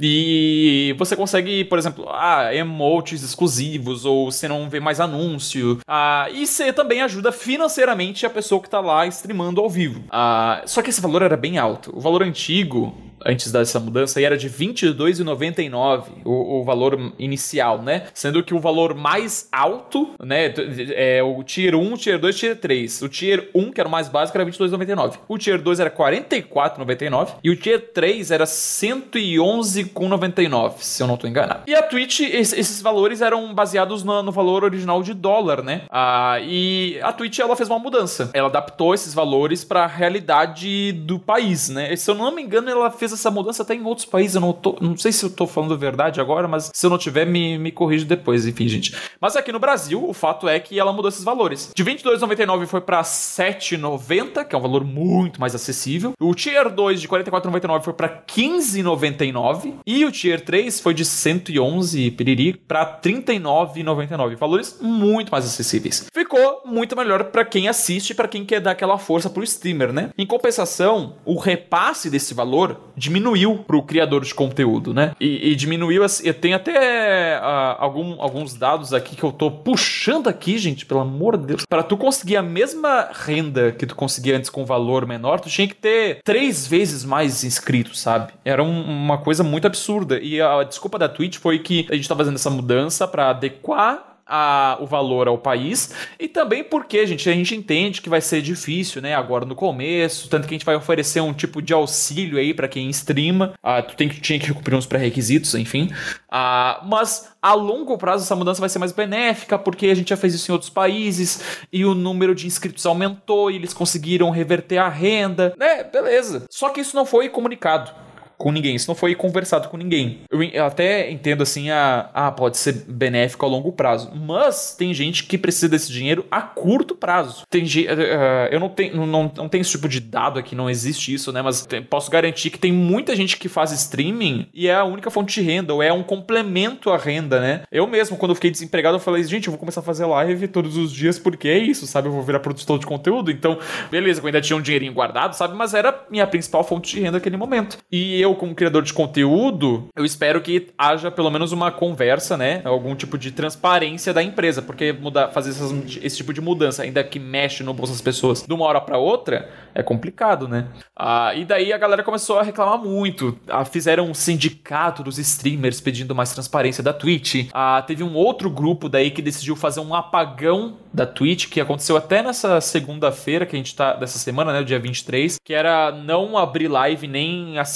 C: E você consegue, por exemplo, ah, emotes exclusivos, ou você não vê mais anúncio. Ah, e você também ajuda financeiramente a pessoa que tá lá streamando ao vivo. Ah, só que esse valor era bem alto. O valor antigo, antes dessa mudança, era de vinte e dois reais e noventa e nove centavos, o, o valor inicial, né? Sendo que o valor mais alto, né, é o Tier um, Tier dois, Tier três. O Tier um, que era o mais básico, era vinte e dois reais e noventa e nove centavos. O Tier dois era quarenta e quatro reais e noventa e nove centavos. E o Tier três era cento e onze reais e noventa e nove centavos, se eu não tô enganado. E a Twitch, esses valores eram baseados no, no valor original de dólar, né? Ah, e a Twitch, ela fez uma mudança. Ela adaptou esses valores para a realidade do país, né? Se eu não me engano, ela fez essa mudança até em outros países. Eu não, tô, não sei se eu tô falando a verdade agora, mas se eu não tiver, me, me corrija depois. Enfim, gente. Mas aqui no Brasil, o fato é que ela mudou esses valores. De vinte e dois reais e noventa e nove centavos foi para sete reais e noventa centavos, que é um valor muito mais acessível. O Tier dois de quarenta e quatro reais e noventa e nove centavos foi para quinze reais e noventa e nove centavos. E o Tier três foi de cento e onze piriri para trinta e nove reais e noventa e nove centavos. Valores muito mais acessíveis. Ficou muito melhor para quem assiste, para quem quer dar aquela força pro streamer, né? Em compensação, o repasse desse valor diminuiu pro criador de conteúdo, né? E, e diminuiu, assim, eu tenho até uh, algum, alguns dados aqui que eu tô puxando aqui, gente, pelo amor de Deus. Para tu conseguir a mesma renda que tu conseguia antes com valor menor, tu tinha que ter três vezes mais inscritos, sabe? Era um, uma coisa muito absurda. E a desculpa da Twitch foi que a gente tá fazendo essa mudança para adequar A, o valor ao país, e também porque, gente, a gente entende que vai ser difícil, né, agora no começo, tanto que a gente vai oferecer um tipo de auxílio aí pra quem streama, ah, tu tem que, tinha que cumprir uns pré-requisitos, enfim, ah, mas a longo prazo essa mudança vai ser mais benéfica, porque a gente já fez isso em outros países, e o número de inscritos aumentou, e eles conseguiram reverter a renda, né, beleza, só que isso não foi comunicado com ninguém, isso não foi conversado com ninguém. Eu, eu até entendo assim, a, ah, pode ser benéfico a longo prazo, mas tem gente que precisa desse dinheiro a curto prazo. Tem gente, uh, eu não tenho, não, não tenho esse tipo de dado aqui, não existe isso, né, mas tem, posso garantir que tem muita gente que faz streaming e é a única fonte de renda, ou é um complemento à renda, né. Eu mesmo, quando eu fiquei desempregado, eu falei, gente, eu vou começar a fazer live todos os dias, porque é isso, sabe, eu vou virar produtor de conteúdo, então, beleza, eu ainda tinha um dinheirinho guardado, sabe, mas era minha principal fonte de renda naquele momento. E eu, como criador de conteúdo, eu espero que haja pelo menos uma conversa, né? Algum tipo de transparência da empresa, porque mudar, fazer essas, esse tipo de mudança, ainda que mexe no bolso das pessoas de uma hora para outra, é complicado, né? Ah, e daí a galera começou a reclamar muito. Ah, fizeram um sindicato dos streamers pedindo mais transparência da Twitch. Ah, teve um outro grupo daí que decidiu fazer um apagão da Twitch, que aconteceu até nessa segunda-feira que a gente tá, dessa semana, né? O dia vinte e três, que era não abrir live nem assistir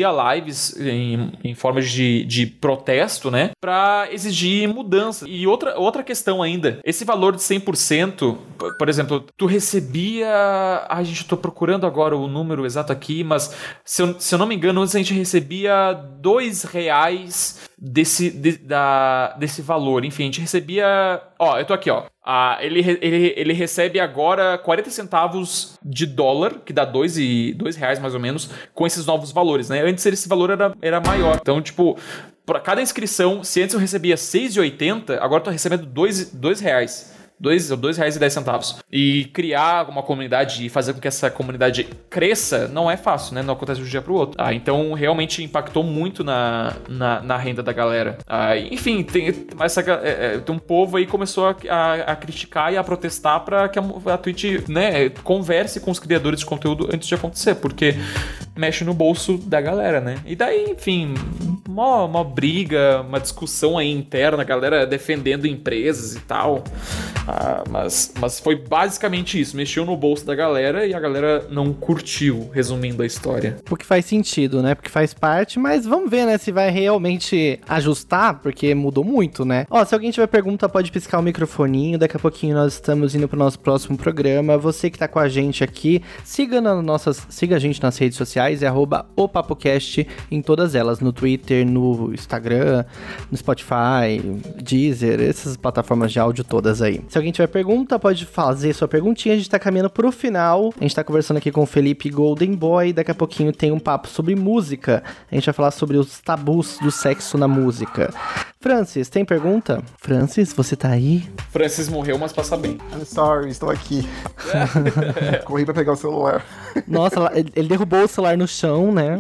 C: fazia lives em, em formas de, de protesto, né, pra exigir mudança. E outra, outra questão ainda, esse valor de cem por cento, por, por exemplo, tu recebia... Ai, gente, eu tô procurando agora o número exato aqui, mas se eu, se eu não me engano, antes a gente recebia dois reais desse, de, da, desse valor. Enfim, a gente recebia... Ó, eu tô aqui, ó. Ah, ele, ele, ele recebe agora quarenta centavos de dólar, que dá dois reais mais ou menos, com esses novos valores, né? Antes esse valor era, era maior. Então, tipo, para cada inscrição, se antes eu recebia seis reais e oitenta centavos, agora eu tô recebendo dois reais. dois reais e dez centavos. E criar uma comunidade e fazer com que essa comunidade cresça não é fácil, né? Não acontece de um dia pro outro. Ah, então, realmente impactou muito na, na, na renda da galera. Ah, enfim, tem, essa, é, tem um povo aí que começou a, a, a criticar e a protestar para que a, a Twitch, né, converse com os criadores de conteúdo antes de acontecer, porque mexe no bolso da galera, né? E daí, enfim, uma, uma briga, uma discussão aí interna, a galera defendendo empresas e tal. Ah, mas, mas foi basicamente isso, mexeu no bolso da galera e a galera não curtiu, resumindo a história.
A: Porque faz sentido, né? Porque faz parte, mas vamos ver, né, se vai realmente ajustar, porque mudou muito, né? Ó, se alguém tiver pergunta, pode piscar o microfoninho, daqui a pouquinho nós estamos indo pro nosso próximo programa. Você que tá com a gente aqui, siga, nas nossas, siga a gente nas redes sociais, é arroba o PapoCast em todas elas, no Twitter, no Instagram, no Spotify, Deezer, essas plataformas de áudio todas aí. Se alguém tiver pergunta, pode fazer sua perguntinha. A gente tá caminhando pro final. A gente tá conversando aqui com o Felipe Golden Boy. Daqui a pouquinho tem um papo sobre música. A gente vai falar sobre os tabus do sexo na música. Francis, tem pergunta? Francis, você tá aí?
C: Francis morreu, mas passa bem.
D: I'm sorry, estou aqui. Corri pra pegar o celular.
A: Nossa, ele derrubou o celular no chão, né?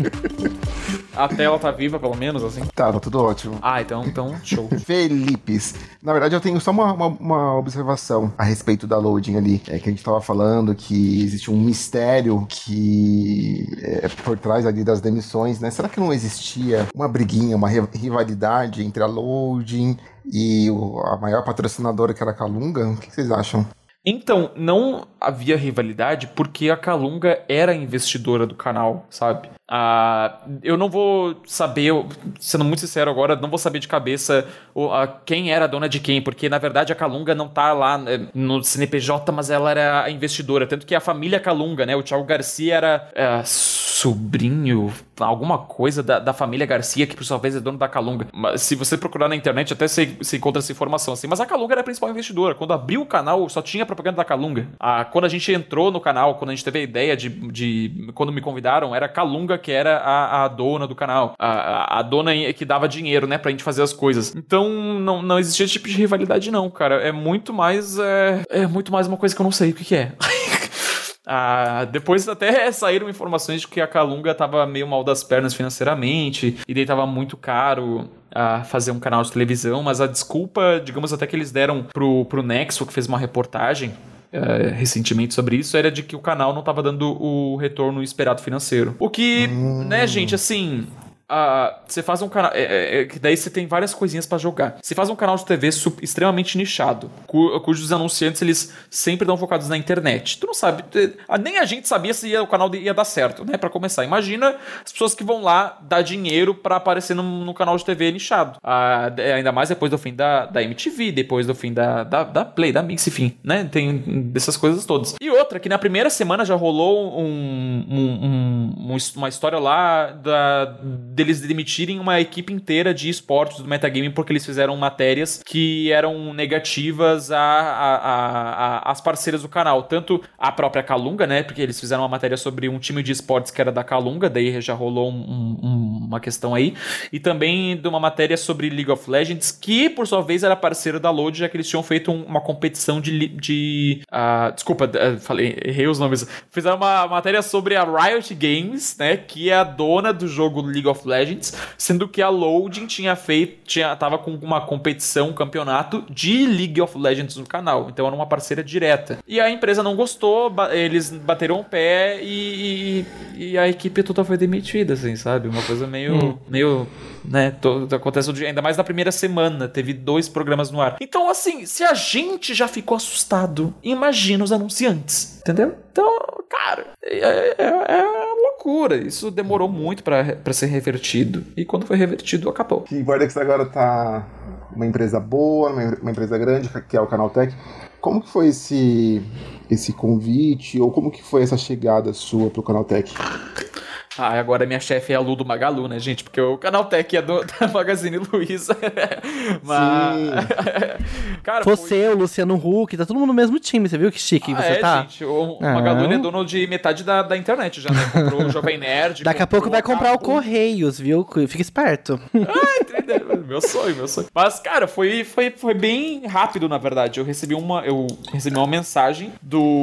C: A tela tá viva, pelo menos, assim?
D: Tá, tá tudo ótimo.
C: Ah, então, então show.
D: Felipes. Na verdade, eu tenho só uma, uma, uma observação a respeito da loading ali. É que a gente tava falando que existe um mistério que é por trás ali das demissões, né? Será que não existia uma briguinha, uma rivalidade entre a loading e o, a maior patrocinadora, que era a Calunga? O que vocês acham?
C: Então, não havia rivalidade porque a Calunga era investidora do canal, sabe? Ah, eu não vou saber, sendo muito sincero agora, não vou saber de cabeça o, a, quem era a dona de quem, porque na verdade a Calunga não tá lá no C N P J, mas ela era a investidora, tanto que a família Calunga, né? O Thiago Garcia era é, sobrinho, alguma coisa da, da família Garcia, que por sua vez é dono da Calunga. Mas se você procurar na internet, até você, você encontra essa informação assim. Mas a Calunga era a principal investidora. Quando abriu o canal, só tinha propaganda da Calunga. Ah, quando a gente entrou no canal, quando a gente teve a ideia de... de quando me convidaram, era a Calunga que era a, a dona do canal. A, a, a dona que dava dinheiro, né, pra gente fazer as coisas. Então, não, não existia esse tipo de rivalidade, não, cara. É muito mais... É, é muito mais uma coisa que eu não sei o que, que é. Ah, depois até saíram informações de que a Calunga tava meio mal das pernas financeiramente e daí tava muito caro a fazer um canal de televisão, mas a desculpa, digamos até que eles deram pro, pro Nexo, que fez uma reportagem Uh, recentemente sobre isso, era de que o canal não estava dando o retorno esperado financeiro. O que, hum. né, gente, assim... Uh, você faz um canal... É, é, daí você tem várias coisinhas pra jogar. Você faz um canal de T V su- extremamente nichado, cu- cujos anunciantes, eles sempre estão focados na internet. Tu não sabe... Nem a gente sabia se ia, o canal ia dar certo, né? Pra começar. Imagina as pessoas que vão lá dar dinheiro pra aparecer no, no canal de T V nichado. Uh, ainda mais depois do fim da, da M T V, depois do fim da, da, da Play, da Mix, enfim, né? Tem dessas coisas todas. E outra, que na primeira semana já rolou um, um, um, uma história lá da... eles demitirem uma equipe inteira de esportes do Metagaming porque eles fizeram matérias que eram negativas a, a, a, a, às parceiras do canal. Tanto a própria Calunga, né? Porque eles fizeram uma matéria sobre um time de esportes que era da Calunga, daí já rolou um, um, uma questão aí. E também de uma matéria sobre League of Legends, que por sua vez era parceiro da Load, já que eles tinham feito um, uma competição de... de uh, desculpa, uh, falei, errei os nomes. Fizeram uma matéria sobre a Riot Games, né? Que é a dona do jogo League of Legends, sendo que a Loading tinha feito, tinha, tava com uma competição, um campeonato de League of Legends no canal, então era uma parceira direta. E a empresa não gostou, ba- eles bateram o pé e, e, e a equipe toda foi demitida, assim, sabe? Uma coisa meio, hum. meio, né, to, acontece ainda mais na primeira semana, teve dois programas no ar. Então, assim, se a gente já ficou assustado, imagina os anunciantes, entendeu? Então, cara, é, é, é loucura. Isso demorou muito pra, pra ser revertido. E quando foi revertido, acabou.
D: Que Vortex agora tá uma empresa boa, uma, uma empresa grande, que é o Canaltech. Como que foi esse, esse convite, ou como que foi essa chegada sua pro Canaltech?
C: Ah, agora minha chefe é a Lu do Magalu, né, gente? Porque o Canaltech é do, da Magazine Luiza. Mas... Cara,
A: você,
C: foi...
A: o Luciano Huck, tá todo mundo no mesmo time, você viu que chique
C: ah,
A: você
C: é,
A: tá?
C: gente, o
A: ah.
C: Magalu ele é dono de metade da, da internet já, né? Comprou o Jovem Nerd.
A: Daqui a pouco vai comprar o Correios, viu? Fica esperto.
C: Ah, entendeu? Meu sonho, meu sonho. Mas, cara, foi, foi, foi bem rápido, na verdade. Eu recebi uma, eu recebi uma mensagem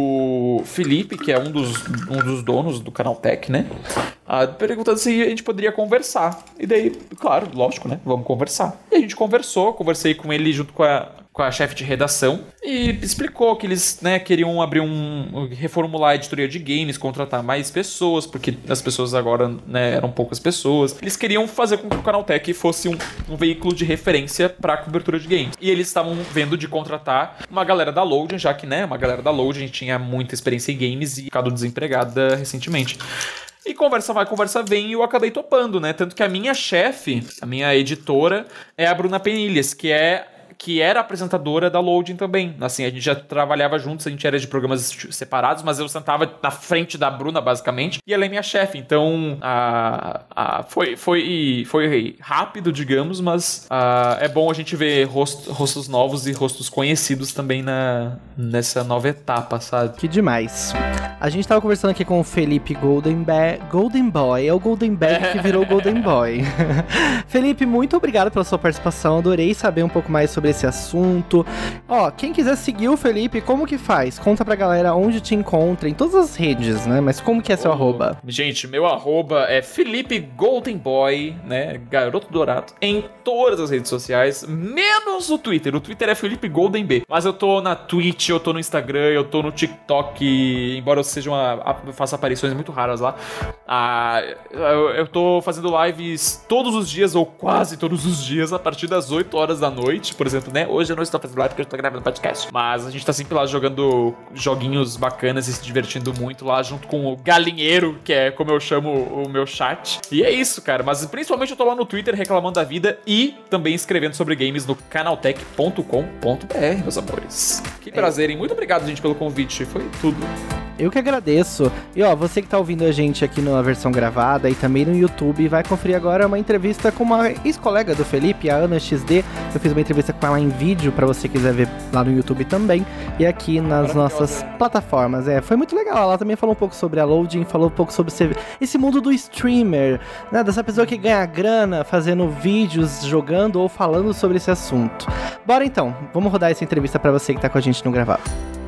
C: do Felipe, que é um dos, um dos donos do Canaltech, né? Ah, perguntando se a gente poderia conversar. E daí, claro, lógico, né? Vamos conversar. E a gente conversou, conversei com ele junto com a, com a chefe de redação e explicou que eles, né, queriam abrir um... reformular a editoria de games, contratar mais pessoas, porque as pessoas agora, né, eram poucas pessoas. Eles queriam fazer com que o Canaltech fosse um, um veículo de referência para a cobertura de games. E eles estavam vendo de contratar uma galera da Loading, já que, né, uma galera da Loading tinha muita experiência em games e ficado desempregada recentemente. E conversa vai, conversa vem, e eu acabei topando, né? Tanto que a minha chefe, a minha editora, é a Bruna Penilhas, que é... que era apresentadora da Loading também. Assim, a gente já trabalhava juntos, a gente era de programas separados, mas eu sentava na frente da Bruna, basicamente, e ela é minha chefe. Então, a, a, foi, foi, foi rápido, digamos, mas a, é bom a gente ver rosto, rostos novos e rostos conhecidos também na, nessa nova etapa, sabe?
A: Que demais. A gente tava conversando aqui com o Felipe Golden, ba- Golden Boy. É o Golden Bag que virou Golden Boy. Felipe, muito obrigado pela sua participação. Adorei saber um pouco mais sobre esse assunto. Ó, quem quiser seguir o Felipe, como que faz? Conta pra galera onde te encontra, em todas as redes, né? Mas como que é seu oh, arroba?
C: Gente, meu arroba é Felipe Golden Boy, né? Garoto Dourado, em todas as redes sociais, menos o Twitter. O Twitter é Felipe Golden B. Mas eu tô na Twitch, eu tô no Instagram, eu tô no TikTok, embora eu seja uma... eu faça aparições muito raras lá. Ah, eu, eu tô fazendo lives todos os dias, ou quase todos os dias, a partir das oito horas da noite, por exemplo, né? Hoje eu não estou fazendo live porque eu estou gravando podcast. Mas a gente tá sempre lá jogando joguinhos bacanas e se divertindo muito lá, junto com o Galinheiro, que é como eu chamo o meu chat. E é isso, cara. Mas principalmente eu tô lá no Twitter reclamando da vida e também escrevendo sobre games no canaltech ponto com ponto b r, meus amores. Que prazer, hein? Muito obrigado, gente, pelo convite. Foi tudo.
A: Eu que agradeço. E ó, você que tá ouvindo a gente aqui na versão gravada e também no YouTube, vai conferir agora uma entrevista com uma ex-colega do Felipe, a Ana X D. Eu fiz uma entrevista com ela em vídeo, pra você quiser ver lá no YouTube também. E aqui nas nossas plataformas. É, foi muito legal. Ela também falou um pouco sobre a Loading, falou um pouco sobre esse mundo do streamer, né? Dessa pessoa que ganha grana fazendo vídeos, jogando ou falando sobre esse assunto. Bora então, vamos rodar essa entrevista pra você que tá com a gente no gravado.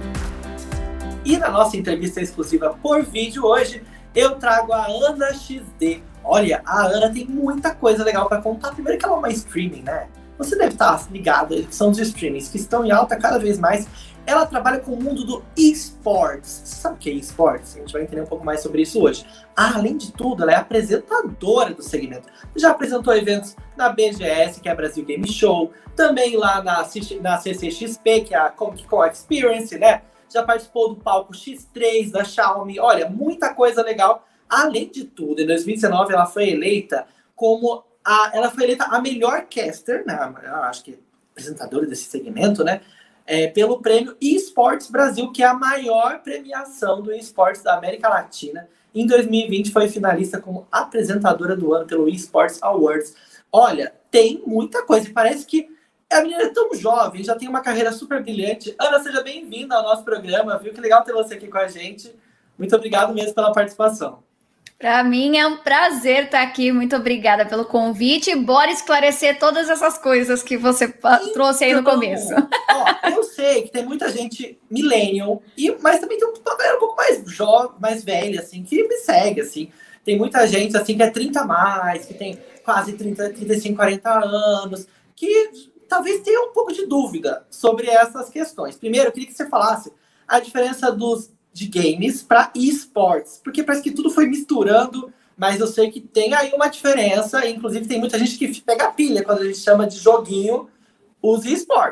E: E na nossa entrevista exclusiva por vídeo hoje, eu trago a Ana X D. Olha, a Ana tem muita coisa legal para contar. Primeiro que ela é uma streaming, né? Você deve estar ligado, são os streamings que estão em alta cada vez mais. Ela trabalha com o mundo do eSports. Você sabe o que é eSports? A gente vai entender um pouco mais sobre isso hoje. Ah, além de tudo, ela é apresentadora do segmento. Já apresentou eventos na B G S, que é a Brasil Game Show, também lá na, na C C X P, que é a Comic Con Experience, né? Já participou do palco X três da Xiaomi. Olha, muita coisa legal. Além de tudo, em dois mil e dezenove ela foi eleita como a, ela foi eleita a melhor caster, né? Eu acho que apresentadora desse segmento, né? É, pelo prêmio eSports Brasil, que é a maior premiação do eSports da América Latina. Em dois mil e vinte foi finalista como apresentadora do ano pelo eSports Awards. Olha, tem muita coisa. E parece que a menina é tão jovem, já tem uma carreira super brilhante. Ana, seja bem-vinda ao nosso programa, viu? Que legal ter você aqui com a gente. Muito obrigado mesmo pela participação.
F: Para mim é um prazer estar aqui. Muito obrigada pelo convite. Bora esclarecer todas essas coisas que você então, trouxe aí no começo.
E: Ó, eu sei que tem muita gente millennial, e, mas também tem uma galera um pouco mais jovem, mais velha, assim, que me segue, assim. Tem muita gente, assim, que é trinta a mais, que tem quase trinta, trinta e cinco, quarenta anos, que talvez tenha um pouco de dúvida sobre essas questões. Primeiro, eu queria que você falasse a diferença dos de games para esportes, porque parece que tudo foi misturando, mas eu sei que tem aí uma diferença, inclusive tem muita gente que pega pilha quando a gente chama de joguinho os esportes.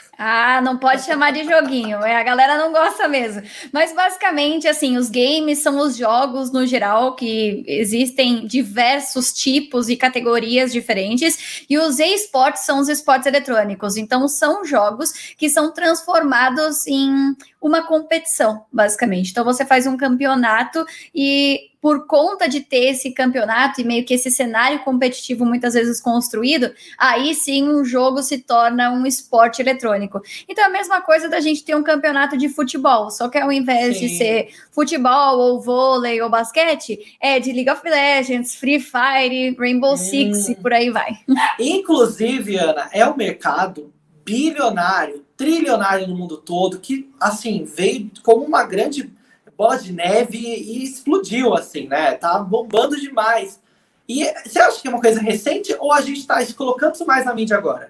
F: Ah, não pode chamar de joguinho, é, a galera não gosta mesmo. Mas basicamente, assim, os games são os jogos no geral, que existem diversos tipos e categorias diferentes, e os esportes são os esportes eletrônicos. Então, são jogos que são transformados em uma competição, basicamente. Então, você faz um campeonato e, por conta de ter esse campeonato e meio que esse cenário competitivo muitas vezes construído, aí sim um jogo se torna um esporte eletrônico. Então, é a mesma coisa da gente ter um campeonato de futebol, só que ao invés sim. de ser futebol ou vôlei ou basquete, é de League of Legends, Free Fire, Rainbow hum. Six e por aí vai.
E: Inclusive, Ana, é um mercado bilionário, trilionário no mundo todo, que, assim, veio como uma grande bola de neve e explodiu, assim, né? Tá bombando demais. E você acha que é uma coisa recente ou a gente tá colocando isso mais na mídia agora?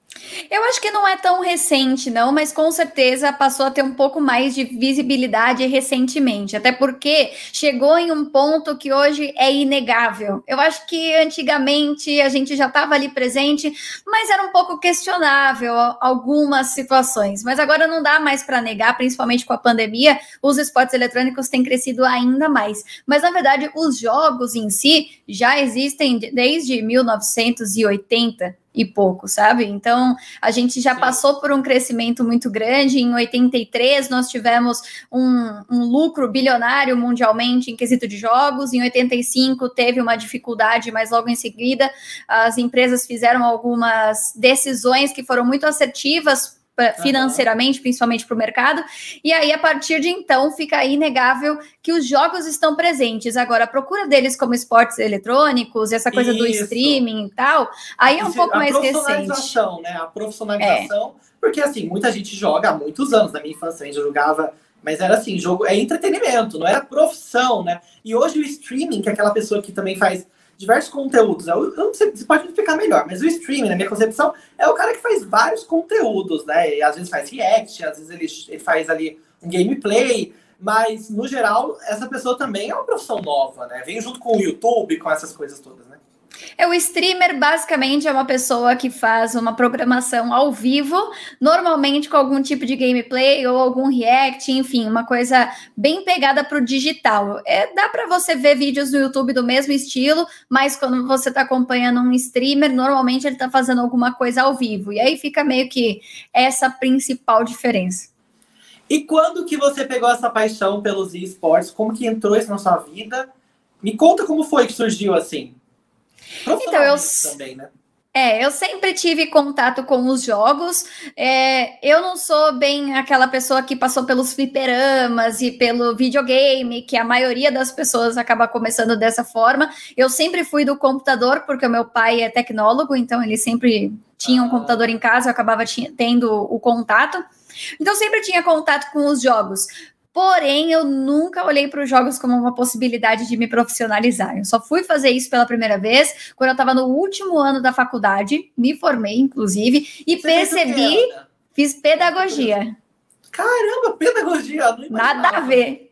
F: Eu acho que não é tão recente, não, mas com certeza passou a ter um pouco mais de visibilidade recentemente, até porque chegou em um ponto que hoje é inegável. Eu acho que antigamente a gente já estava ali presente, mas era um pouco questionável algumas situações, mas agora não dá mais para negar, principalmente com a pandemia, os esportes eletrônicos têm crescido ainda mais. Mas, na verdade, os jogos em si já existem desde mil novecentos e oitenta, e pouco, sabe? Então, a gente já Sim. passou por um crescimento muito grande. Em oitenta e três, nós tivemos um, um lucro bilionário mundialmente em quesito de jogos. Em oitenta e cinco, teve uma dificuldade, mas logo em seguida, as empresas fizeram algumas decisões que foram muito assertivas financeiramente, uhum. principalmente para o mercado, e aí a partir de então fica inegável que os jogos estão presentes. Agora, a procura deles como esportes eletrônicos, essa coisa Isso. do streaming e tal, aí é um Isso, pouco mais recente. A
E: profissionalização, né? A profissionalização, é. porque assim, muita gente joga há muitos anos, na minha infância a gente jogava, mas era assim, jogo é entretenimento, não era profissão, né? E hoje o streaming, que é aquela pessoa que também faz diversos conteúdos. Eu não sei, você pode me explicar melhor, mas o streaming, na minha concepção, é o cara que faz vários conteúdos, né? E às vezes faz react, às vezes ele, ele faz ali um gameplay, mas, no geral, essa pessoa também é uma profissão nova, né? Vem junto com o YouTube, com essas coisas todas, né?
F: É, o streamer basicamente é uma pessoa que faz uma programação ao vivo, normalmente com algum tipo de gameplay ou algum react, enfim, uma coisa bem pegada para o digital. É, dá para você ver vídeos no YouTube do mesmo estilo, mas quando você está acompanhando um streamer, normalmente ele está fazendo alguma coisa ao vivo, e aí fica meio que essa principal diferença.
E: E quando que você pegou essa paixão pelos esportes? Como que entrou isso na sua vida? Me conta como foi que surgiu assim.
F: Então, eu,
E: também, né?
F: é, eu sempre tive contato com os jogos. É, eu não sou bem aquela pessoa que passou pelos fliperamas e pelo videogame, que a maioria das pessoas acaba começando dessa forma. Eu sempre fui do computador, porque o meu pai é tecnólogo, então ele sempre tinha um ah. computador em casa, eu acabava tendo o contato. Então, sempre tinha contato com os jogos. Porém, eu nunca olhei para os jogos como uma possibilidade de me profissionalizar. Eu só fui fazer isso pela primeira vez quando eu estava no último ano da faculdade, me formei, inclusive, e Você percebi, fiz pedagogia.
E: Caramba, pedagogia! Não
F: Nada a ver.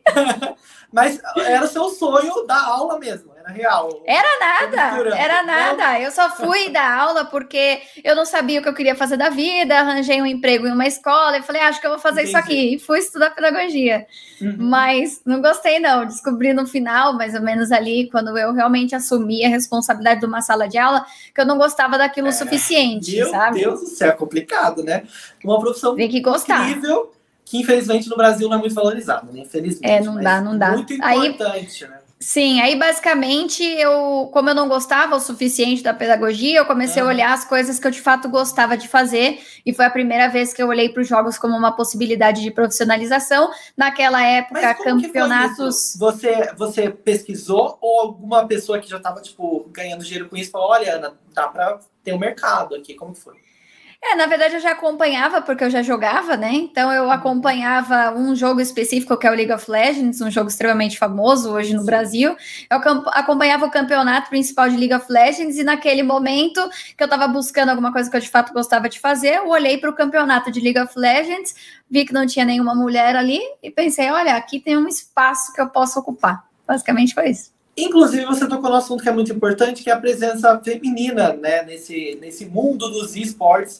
E: Mas era o seu sonho dar aula mesmo, era real.
F: Era nada, era nada. Eu só fui dar aula porque eu não sabia o que eu queria fazer da vida, arranjei um emprego em uma escola e falei, ah, acho que eu vou fazer Entendi. isso aqui. E fui estudar pedagogia. Uhum. Mas não gostei, não. Descobri no final, mais ou menos ali, quando eu realmente assumi a responsabilidade de uma sala de aula, que eu não gostava daquilo o é, suficiente,
E: meu
F: sabe?
E: Meu Deus do céu, é complicado, né? Uma profissão
F: Tem que gostar.
E: incrível, que infelizmente no Brasil não é muito valorizado, né? Infelizmente.
F: É, não dá, não dá.
E: Muito importante,
F: aí,
E: né?
F: Sim, aí basicamente eu, como eu não gostava o suficiente da pedagogia, eu comecei uhum. a olhar as coisas que eu de fato gostava de fazer, e foi a primeira vez que eu olhei para os jogos como uma possibilidade de profissionalização. Naquela época,
E: Mas como
F: campeonatos.
E: Que foi isso? Você, você pesquisou ou alguma pessoa que já estava tipo, ganhando dinheiro com isso falou: olha, Ana, dá para ter um mercado aqui? Como foi?
F: É, na verdade eu já acompanhava, porque eu já jogava, né? Então eu acompanhava um jogo específico que é o League of Legends, um jogo extremamente famoso hoje no Sim. Brasil. Eu acompanhava o campeonato principal de League of Legends e naquele momento que eu estava buscando alguma coisa que eu de fato gostava de fazer, eu olhei para o campeonato de League of Legends, vi que não tinha nenhuma mulher ali e pensei, olha, aqui tem um espaço que eu posso ocupar. Basicamente foi isso.
E: Inclusive, você tocou no assunto que é muito importante, que é a presença feminina, né, nesse, nesse mundo dos esportes.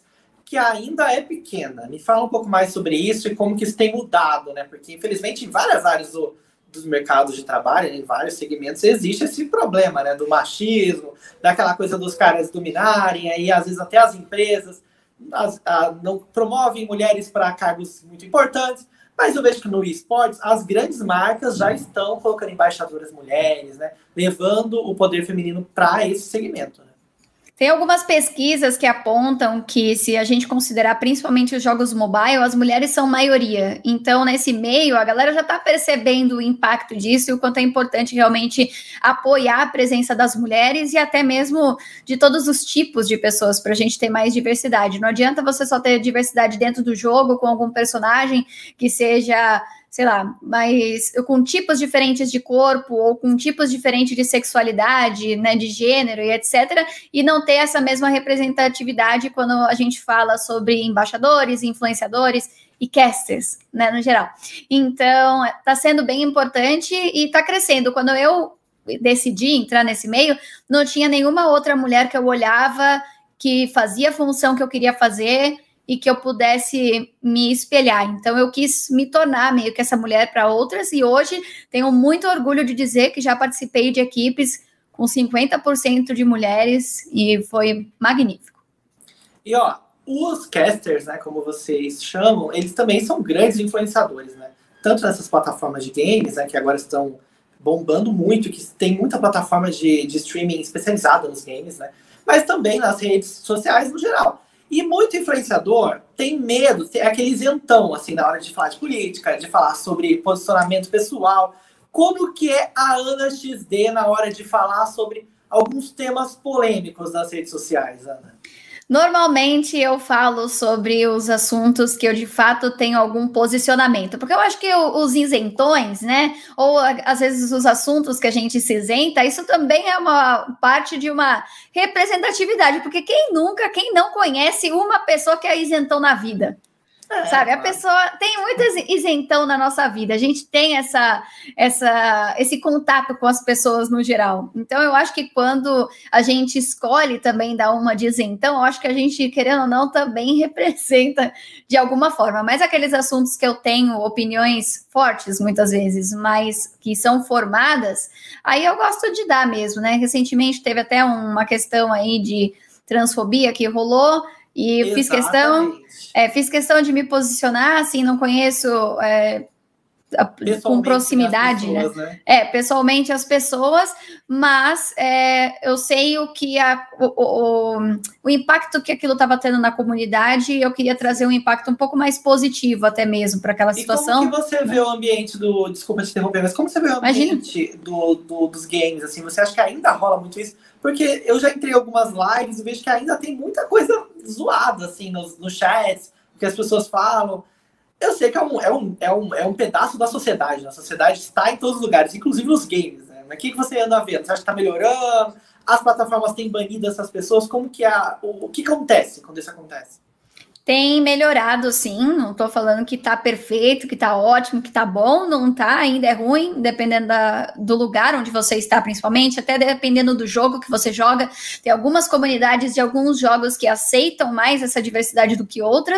E: que ainda é pequena. Me fala um pouco mais sobre isso e como que isso tem mudado, né? Porque, infelizmente, em várias áreas do, dos mercados de trabalho, em vários segmentos, existe esse problema, né? Do machismo, daquela coisa dos caras dominarem, aí às vezes até as empresas as, a, não promovem mulheres para cargos muito importantes, mas eu vejo que no esportes as grandes marcas já estão colocando embaixadoras mulheres, né? Levando o poder feminino para esse segmento, né?
F: Tem algumas pesquisas que apontam que, se a gente considerar principalmente os jogos mobile, as mulheres são maioria. Então, nesse meio, a galera já está percebendo o impacto disso e o quanto é importante realmente apoiar a presença das mulheres e até mesmo de todos os tipos de pessoas, para a gente ter mais diversidade. Não adianta você só ter diversidade dentro do jogo com algum personagem que seja, sei lá, mas com tipos diferentes de corpo ou com tipos diferentes de sexualidade, né, de gênero e etcétera, e não ter essa mesma representatividade quando a gente fala sobre embaixadores, influenciadores e casters, né, no geral. Então, tá sendo bem importante e tá crescendo. Quando eu decidi entrar nesse meio, não tinha nenhuma outra mulher que eu olhava que fazia a função que eu queria fazer e que eu pudesse me espelhar. Então, eu quis me tornar meio que essa mulher para outras, e hoje tenho muito orgulho de dizer que já participei de equipes com cinquenta por cento de mulheres, e foi magnífico.
E: E, ó, os casters, né, como vocês chamam, eles também são grandes influenciadores, né? Tanto nessas plataformas de games, né, que agora estão bombando muito, que tem muita plataforma de, de streaming especializada nos games, né? Mas também nas redes sociais no geral. E muito influenciador tem medo, é aquele isentão, assim, na hora de falar de política, de falar sobre posicionamento pessoal. Como que é a Ana X D na hora de falar sobre alguns temas polêmicos nas redes sociais, Ana?
F: Normalmente eu falo sobre os assuntos que eu de fato tenho algum posicionamento, porque eu acho que os isentões, né, ou às vezes os assuntos que a gente se isenta, isso também é uma parte de uma representatividade, porque quem nunca, quem não conhece uma pessoa que é isentão na vida? É, sabe, a pessoa tem muito isentão na nossa vida, a gente tem essa, essa, esse contato com as pessoas no geral. Então eu acho que quando a gente escolhe também dar uma de isentão, eu acho que a gente, querendo ou não, também representa de alguma forma. Mas aqueles assuntos que eu tenho opiniões fortes, muitas vezes, mas que são formadas, aí eu gosto de dar mesmo, né? Recentemente teve até uma questão aí de transfobia que rolou, e eu fiz questão, é, fiz questão de me posicionar, assim, não conheço é, a, com proximidade, pessoas, né? né? É, pessoalmente as pessoas, mas é, eu sei o que a, o, o, o impacto que aquilo estava tendo na comunidade, e eu queria trazer um impacto um pouco mais positivo até mesmo para aquela situação.
E: E como que você vê o ambiente do... Desculpa te interromper, mas como você vê o ambiente do, do, dos games, assim? Você acha que ainda rola muito isso? Porque eu já entrei em algumas lives e vejo que ainda tem muita coisa zoada, assim, nos, nos chats, o que as pessoas falam. Eu sei que é um, é, um, é, um, é um pedaço da sociedade, né? A sociedade está em todos os lugares, inclusive nos games, né? Mas o que, que você anda vendo? Você acha que está melhorando? As plataformas têm banido essas pessoas? Como que é? O, o que acontece quando isso acontece?
F: Tem melhorado, sim, não estou falando que está perfeito, que está ótimo, que está bom, não está, ainda é ruim, dependendo da, do lugar onde você está, principalmente, até dependendo do jogo que você joga. Tem algumas comunidades de alguns jogos que aceitam mais essa diversidade do que outras,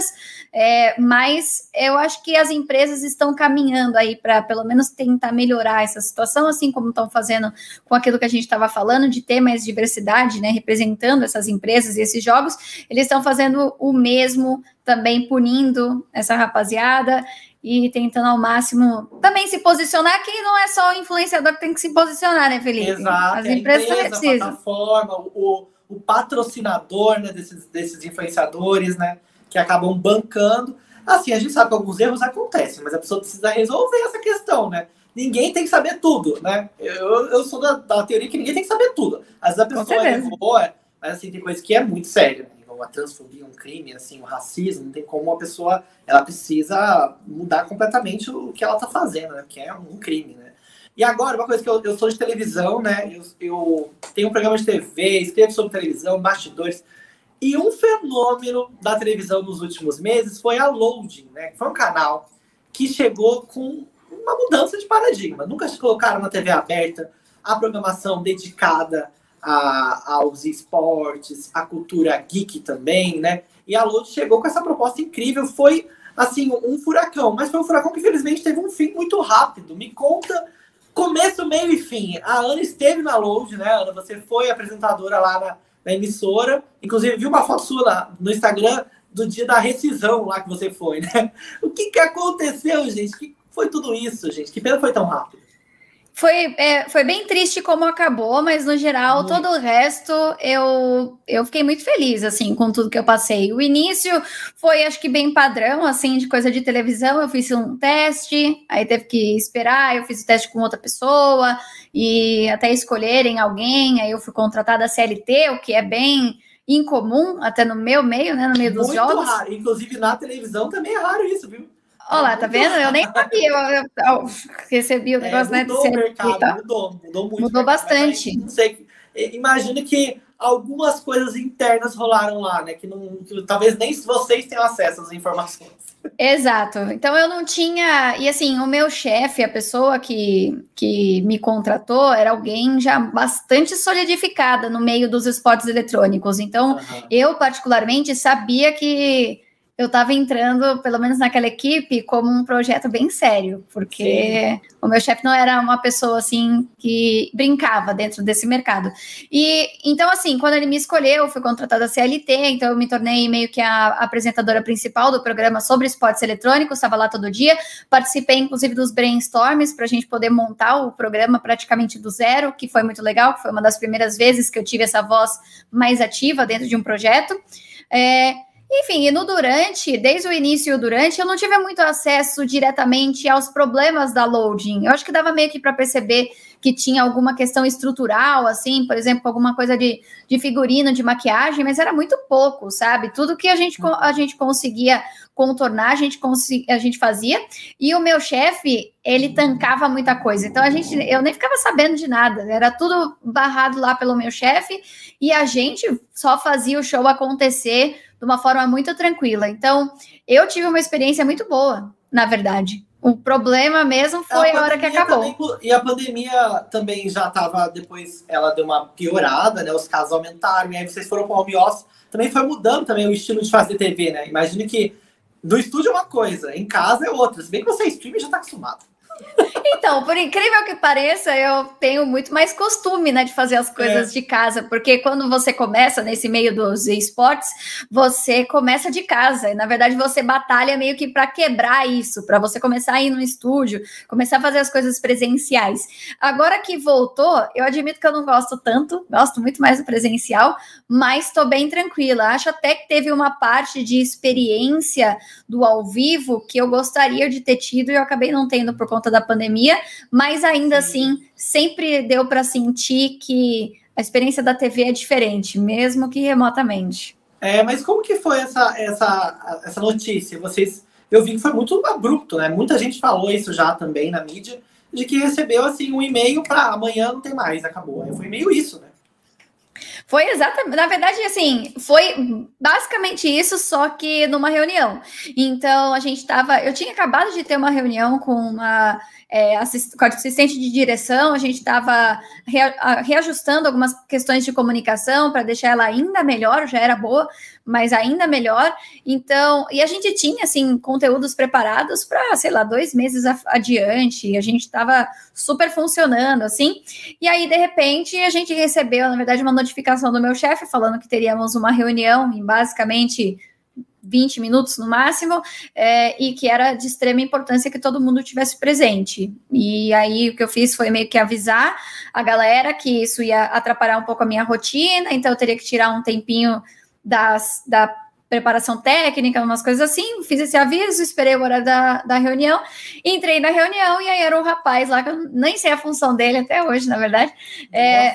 F: é, mas eu acho que as empresas estão caminhando aí para, pelo menos, tentar melhorar essa situação, assim como estão fazendo com aquilo que a gente estava falando, de ter mais diversidade, né, representando essas empresas e esses jogos. Eles estão fazendo o mesmo, também punindo essa rapaziada e tentando ao máximo também se posicionar, que não é só o influenciador que tem que se posicionar, né, Felipe?
E: Exato,
F: as empresas
E: a empresa,
F: também precisam.
E: A plataforma, o, o patrocinador, né, desses, desses influenciadores, né, que acabam bancando. Assim, a gente sabe que alguns erros acontecem, mas a pessoa precisa resolver essa questão, né? Ninguém tem que saber tudo, né? Eu, eu sou da, da teoria que ninguém tem que saber tudo. Às vezes a pessoa é boa, mas assim, tem coisa que é muito séria. A transfobia, um crime, assim, o racismo, não tem como a pessoa, ela precisa mudar completamente o que ela tá fazendo, né? Que é um crime, né? E agora, uma coisa que eu, eu sou de televisão, né? Eu, eu tenho um programa de T V, escrevo sobre televisão, bastidores. E um fenômeno da televisão nos últimos meses foi a Loading, né? Foi um canal que chegou com uma mudança de paradigma. Nunca se colocaram na T V aberta a programação dedicada A, aos esportes, a cultura geek também, né? E a Load chegou com essa proposta incrível. Foi, assim, um furacão. Mas foi um furacão que, infelizmente, teve um fim muito rápido. Me conta começo, meio e fim. A Ana esteve na Load, né, Ana? Você foi apresentadora lá na, na emissora. Inclusive, vi uma foto sua lá no Instagram do dia da rescisão lá que você foi, né? O que que aconteceu, gente? O que foi tudo isso, gente? Que pena foi tão rápido.
F: Foi, é, foi bem triste como acabou, mas no geral, muito. Todo o resto, eu, eu fiquei muito feliz, assim, com tudo que eu passei. O início foi, acho que bem padrão, assim, de coisa de televisão. Eu fiz um teste, aí teve que esperar, eu fiz o teste com outra pessoa, e até escolherem alguém, aí eu fui contratada C L T, o que é bem incomum, até no meu meio, né, no meio dos
E: muito
F: jogos.
E: Muito raro, inclusive na televisão também é raro isso, viu?
F: Olha lá, tá vendo? Eu nem sabia, eu, eu, eu recebi o negócio,
E: é, mudou,
F: né?
E: Mudou o mercado, mudou, mudou muito.
F: Mudou
E: mercado,
F: bastante.
E: Aí, não sei, imagino que algumas coisas internas rolaram lá, né? Que, não, que talvez nem vocês tenham acesso às informações.
F: Exato. Então eu não tinha... E assim, o meu chefe, a pessoa que, que me contratou, era alguém já bastante solidificada no meio dos esportes eletrônicos. Então, uhum. eu particularmente sabia que eu estava entrando, pelo menos naquela equipe, como um projeto bem sério, porque Sim. o meu chefe não era uma pessoa, assim, que brincava dentro desse mercado. E, então, assim, quando ele me escolheu, eu fui contratada a C L T, então eu me tornei meio que a apresentadora principal do programa sobre esportes eletrônicos, estava lá todo dia, participei, inclusive, dos brainstorms, para a gente poder montar o programa praticamente do zero, que foi muito legal, que foi uma das primeiras vezes que eu tive essa voz mais ativa dentro de um projeto. É... Enfim, e no durante, desde o início e o durante, eu não tive muito acesso diretamente aos problemas da loading. Eu acho que dava meio que para perceber que tinha alguma questão estrutural, assim, por exemplo, alguma coisa de, de figurino, de maquiagem, mas era muito pouco, sabe? Tudo que a gente, a gente conseguia contornar, a gente, a gente fazia. E o meu chefe, ele tancava muita coisa. Então, a gente, eu nem ficava sabendo de nada. Era tudo barrado lá pelo meu chefe e a gente só fazia o show acontecer de uma forma muito tranquila. Então, eu tive uma experiência muito boa, na verdade. O problema mesmo foi a, a hora que acabou.
E: Também, e a pandemia também já estava, depois ela deu uma piorada, né? Os casos aumentaram, e aí vocês foram para o home office. Também foi mudando também o estilo de fazer T V, né? Imagine que no estúdio é uma coisa, em casa é outra. Se bem que você é streamer, já está acostumado.
F: Então, por incrível que pareça, eu tenho muito mais costume, né, de fazer as coisas é. de casa, porque quando você começa nesse meio dos esportes, você começa de casa, e na verdade você batalha meio que para quebrar isso, para você começar a ir no estúdio, começar a fazer as coisas presenciais. Agora que voltou, eu admito que eu não gosto tanto, gosto muito mais do presencial, mas estou bem tranquila. Acho até que teve uma parte de experiência do ao vivo que eu gostaria de ter tido e eu acabei não tendo por conta da pandemia, mas ainda assim sempre deu para sentir que a experiência da T V é diferente, mesmo que remotamente.
E: É, mas como que foi essa, essa, essa notícia? Vocês, eu vi que foi muito abrupto, né? Muita gente falou isso já também na mídia, de que recebeu assim um e-mail para amanhã não tem mais, acabou. Foi meio isso, né?
F: Foi exatamente, na verdade, assim, foi basicamente isso, só que numa reunião. Então, a gente estava, eu tinha acabado de ter uma reunião com uma é, assist, com assistente de direção, a gente estava rea, reajustando algumas questões de comunicação para deixar ela ainda melhor, já era boa, mas ainda melhor. Então, e a gente tinha, assim, conteúdos preparados para, sei lá, dois meses adiante, a gente estava super funcionando, assim, e aí, de repente, a gente recebeu, na verdade, uma notificação do meu chefe falando que teríamos uma reunião em basicamente vinte minutos no máximo, é, e que era de extrema importância que todo mundo tivesse presente. E aí o que eu fiz foi meio que avisar a galera que isso ia atrapalhar um pouco a minha rotina, então eu teria que tirar um tempinho das, da preparação técnica, umas coisas assim, fiz esse aviso, esperei o horário da, da reunião, entrei na reunião e aí era um rapaz lá, que eu nem sei a função dele até hoje, na verdade, é,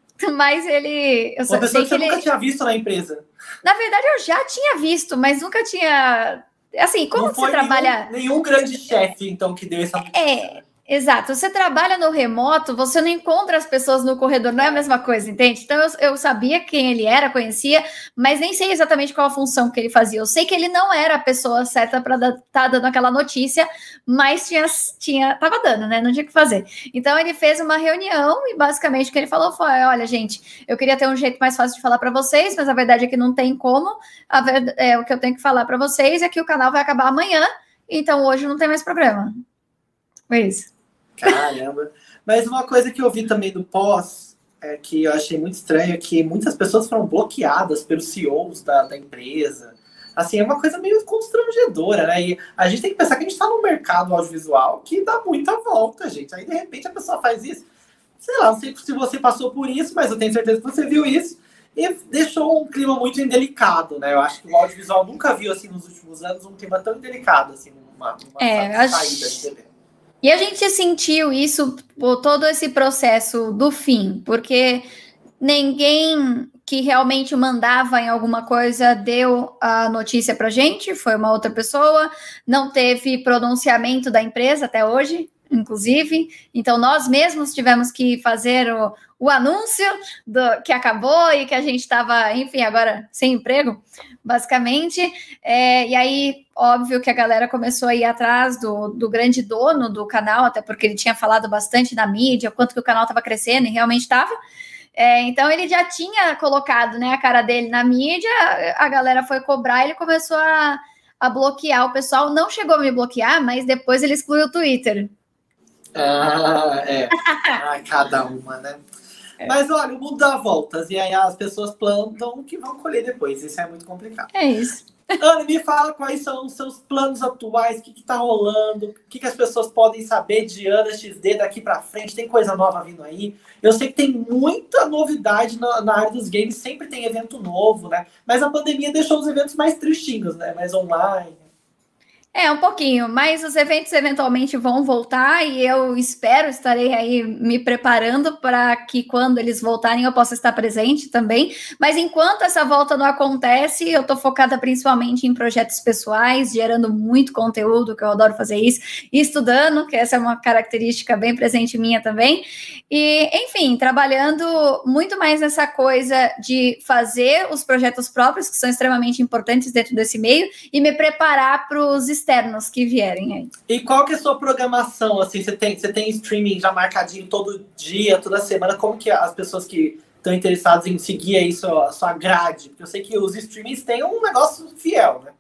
F: mas ele... Eu
E: Uma pessoa que você
F: ele...
E: nunca tinha visto na empresa.
F: Na verdade, eu já tinha visto, mas nunca tinha... Assim, como
E: não
F: você trabalha...
E: Nenhum, nenhum grande chefe, então, que deu essa...
F: É, Exato, você trabalha no remoto, você não encontra as pessoas no corredor, não é a mesma coisa, entende? Então eu, eu sabia quem ele era, conhecia, mas nem sei exatamente qual a função que ele fazia. Eu sei que ele não era a pessoa certa para estar tá dando aquela notícia, mas tinha, tinha, tava dando, né? Não tinha o que fazer. Então ele fez uma reunião e basicamente o que ele falou foi: olha, gente, eu queria ter um jeito mais fácil de falar para vocês, mas a verdade é que não tem como. A verdade, é, o que eu tenho que falar para vocês é que o canal vai acabar amanhã, então hoje não tem mais problema. Foi isso.
E: Caramba. Mas uma coisa que eu vi também do pós, é, que eu achei muito estranho, é que muitas pessoas foram bloqueadas pelos C E Os da, da empresa. Assim, é uma coisa meio constrangedora, né? E a gente tem que pensar que a gente está num mercado audiovisual que dá muita volta, gente. Aí, de repente, a pessoa faz isso. Sei lá, não sei se você passou por isso, mas eu tenho certeza que você viu isso. E deixou um clima muito indelicado, né? Eu acho que o audiovisual nunca viu, assim, nos últimos anos, um clima tão indelicado, assim, numa, numa
F: é,
E: saída
F: acho...
E: de T V.
F: E a gente sentiu isso por todo esse processo do fim, porque ninguém que realmente mandava em alguma coisa deu a notícia pra gente, foi uma outra pessoa, não teve pronunciamento da empresa até hoje, inclusive, então nós mesmos tivemos que fazer o, o anúncio do, que acabou e que a gente estava, enfim, agora sem emprego, basicamente, é, e aí, óbvio que a galera começou a ir atrás do, do grande dono do canal, até porque ele tinha falado bastante na mídia, quanto que o canal estava crescendo, e realmente estava. É, então ele já tinha colocado, né, a cara dele na mídia, a galera foi cobrar e ele começou a, a bloquear o pessoal. Não chegou a me bloquear, mas depois ele excluiu o Twitter.
E: Ah, é. Ah, cada uma, né? É. Mas olha, o mundo dá voltas e aí as pessoas plantam o que vão colher depois. Isso é muito complicado.
F: É isso.
E: Ana, me fala quais são os seus planos atuais, o que está rolando, o que, que as pessoas podem saber de Ana X D daqui para frente, tem coisa nova vindo aí. Eu sei que tem muita novidade na, na área dos games, sempre tem evento novo, né? Mas a pandemia deixou os eventos mais tristinhos, né? Mais online.
F: É, um pouquinho, mas os eventos eventualmente vão voltar e eu espero, estarei aí me preparando para que quando eles voltarem eu possa estar presente também, mas enquanto essa volta não acontece, eu estou focada principalmente em projetos pessoais, gerando muito conteúdo, que eu adoro fazer isso, e estudando, que essa é uma característica bem presente minha também, e enfim, trabalhando muito mais nessa coisa de fazer os projetos próprios, que são extremamente importantes dentro desse meio, e me preparar para os externos que vierem aí.
E: E qual que é a sua programação? Assim, você tem, você tem streaming já marcadinho todo dia, toda semana? Como que as pessoas que estão interessadas em seguir aí sua, sua grade? Porque eu sei que os streamings têm um negócio fiel, né?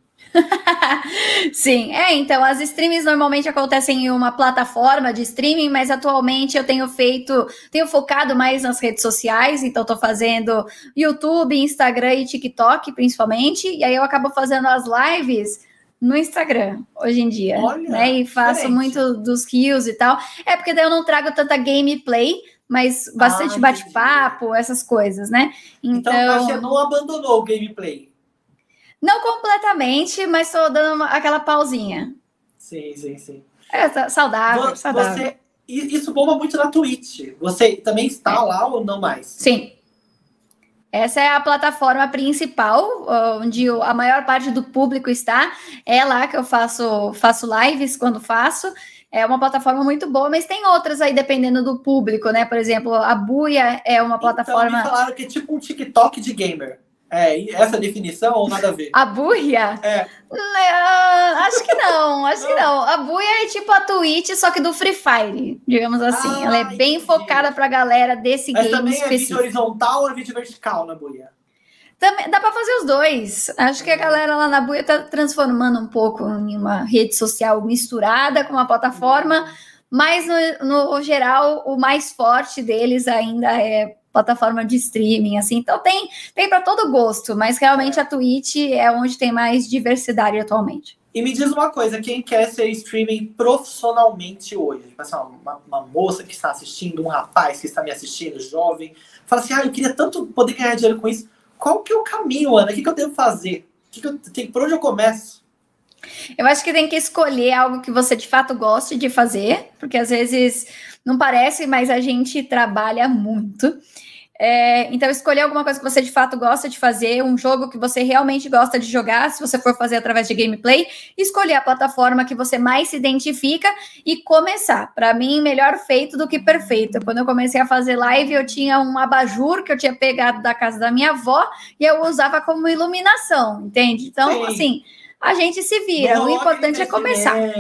F: Sim, é, então as streams normalmente acontecem em uma plataforma de streaming, mas atualmente eu tenho feito, tenho focado mais nas redes sociais, então tô fazendo YouTube, Instagram e TikTok principalmente, e aí eu acabo fazendo as lives no Instagram, hoje em dia. Olha, né? E faço diferente. Muito dos reels e tal. É porque daí eu não trago tanta gameplay, mas bastante ah, bate-papo, essas coisas, né?
E: Então, então você não abandonou o gameplay?
F: Não completamente, mas tô dando uma, aquela pausinha.
E: Sim, sim, sim.
F: É, saudável,
E: você,
F: saudável.
E: Isso bomba muito na Twitch. Você também está é. lá ou não mais?
F: Sim. Essa é a plataforma principal, onde a maior parte do público está. É lá que eu faço, faço lives quando faço. É uma plataforma muito boa, mas tem outras aí, dependendo do público, né? Por exemplo, a Buia é uma plataforma...
E: Então, me falaram que é tipo um TikTok de gamer. É essa definição ou nada a ver?
F: A Buia?
E: É.
F: Uh, acho que não, acho não. que não. A Buia é tipo a Twitch, só que do Free Fire, digamos assim. Ah, Ela é bem entendi. focada pra galera desse
E: Mas
F: game
E: também
F: específico.
E: É vídeo horizontal ou é vídeo vertical na Buia?
F: Também, dá pra fazer os dois. Acho que a galera lá na Buia tá transformando um pouco em uma rede social misturada com uma plataforma, mas no, no geral o mais forte deles ainda é plataforma de streaming, assim, então tem, tem para todo gosto, mas realmente a Twitch é onde tem mais diversidade atualmente.
E: E me diz uma coisa, quem quer ser streaming profissionalmente hoje? Tipo assim, uma, uma moça que está assistindo, um rapaz que está me assistindo, jovem, fala assim, ah, eu queria tanto poder ganhar dinheiro com isso. Qual que é o caminho, Ana? O que, que eu devo fazer? O que que eu, tem, por onde eu começo?
F: Eu acho que tem que escolher algo que você de fato goste de fazer, porque às vezes não parece, mas a gente trabalha muito. É, então, escolher alguma coisa que você de fato gosta de fazer, um jogo que você realmente gosta de jogar, se você for fazer através de gameplay, escolher a plataforma que você mais se identifica e começar. Para mim, melhor feito do que perfeito. Quando eu comecei a fazer live, eu tinha um abajur que eu tinha pegado da casa da minha avó e eu usava como iluminação, entende? Então, Sim. assim, a gente se vira.
E: Não,
F: o importante é começar.
E: Né?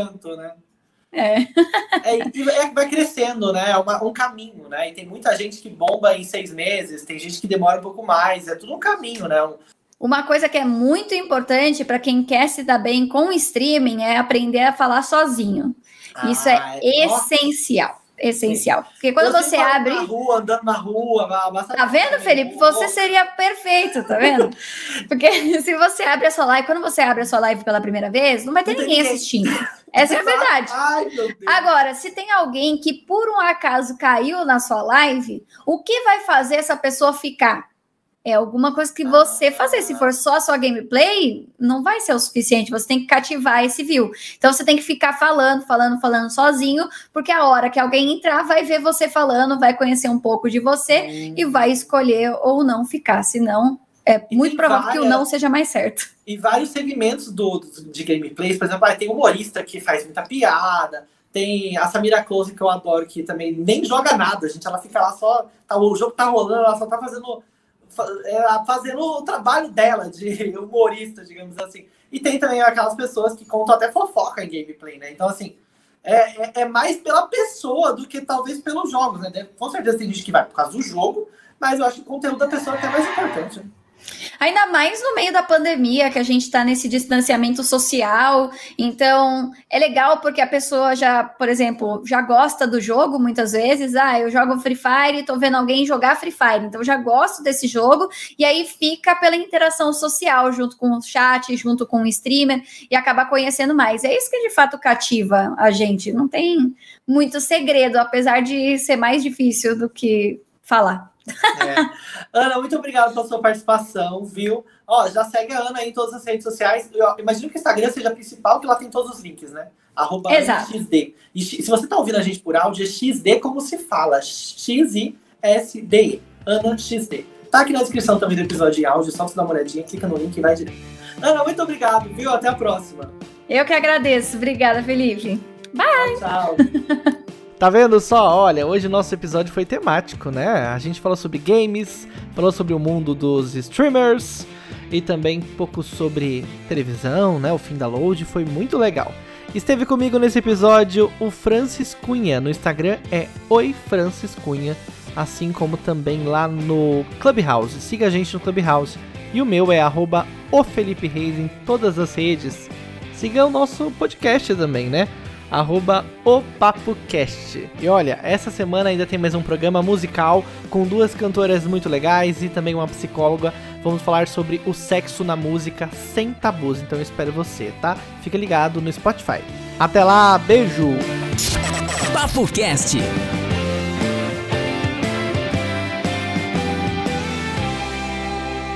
F: É.
E: é, e vai crescendo, né? É uma, um caminho, né? E tem muita gente que bomba em seis meses, tem gente que demora um pouco mais, é tudo um caminho, né? Um...
F: Uma coisa que é muito importante para quem quer se dar bem com o streaming é aprender a falar sozinho. Ah, Isso é, é essencial. Essencial. Sim. Porque quando
E: eu
F: você abre.
E: Na rua, andando na rua,
F: tá vendo, Felipe? Você seria perfeito, tá vendo? Porque se você abre a sua live, quando você abre a sua live pela primeira vez, não vai ter não ninguém assistindo. Essa é a verdade.
E: Ai, meu Deus.
F: Agora, se tem alguém que por um acaso caiu na sua live, o que vai fazer essa pessoa ficar? É alguma coisa que você fazer. Se for só a sua gameplay, não vai ser o suficiente. Você tem que cativar esse view. Então, você tem que ficar falando, falando, falando sozinho, porque a hora que alguém entrar, vai ver você falando, vai conhecer um pouco de você hum. e vai escolher ou não ficar. Senão, é e muito provável várias, que o não seja mais certo.
E: E vários segmentos do, de gameplays, por exemplo, tem humorista que faz muita piada, tem a Samira Close, que eu adoro, que também nem joga nada, gente. Ela fica lá só... Tá, o jogo tá rolando, ela só tá fazendo... fazendo o trabalho dela de humorista, digamos assim. E tem também aquelas pessoas que contam até fofoca em gameplay, né? Então, assim, é, é, é mais pela pessoa do que talvez pelos jogos, né? Com certeza tem gente que vai por causa do jogo, mas eu acho que o conteúdo da pessoa é até mais importante, né?
F: Ainda mais no meio da pandemia, que a gente está nesse distanciamento social. Então, é legal porque a pessoa já, por exemplo, já gosta do jogo muitas vezes. Ah, eu jogo Free Fire e tô vendo alguém jogar Free Fire. Então, eu já gosto desse jogo. E aí fica pela interação social, junto com o chat, junto com o streamer, e acaba conhecendo mais. É isso que, de fato, cativa a gente. Não tem muito segredo, apesar de ser mais difícil do que falar.
E: É. Ana, muito obrigado pela sua participação, viu? Ó, já segue a Ana aí em todas as redes sociais. Eu imagino que o Instagram seja a principal, que lá tem todos os links, né? Arroba X D. E se você tá ouvindo a gente por áudio, é X D como se fala. X I S D E. Ana X D. Tá aqui na descrição também do episódio de áudio, só você dar uma olhadinha, clica no link e vai direto. Ana, muito obrigado, viu? Até a próxima.
F: Eu que agradeço. Obrigada, Felipe. Bye!
E: Tchau.
A: Tá vendo só? Olha, hoje o nosso episódio foi temático, né? A gente falou sobre games, falou sobre o mundo dos streamers e também um pouco sobre televisão, né? O fim da Load, foi muito legal. Esteve comigo nesse episódio o Francis Cunha, no Instagram é Oi Francis Cunha, assim como também lá no Clubhouse. Siga a gente no Clubhouse. E o meu é arroba o Felipe Reis em todas as redes. Siga o nosso podcast também, né? Arroba o PapoCast. E olha, essa semana ainda tem mais um programa musical com duas cantoras muito legais e também uma psicóloga. Vamos falar sobre o sexo na música sem tabus, então eu espero você, tá? Fica ligado no Spotify. Até lá, beijo!
B: PapoCast.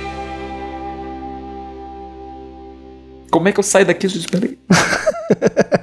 C: Como é que eu saio daqui, gente? Peraí.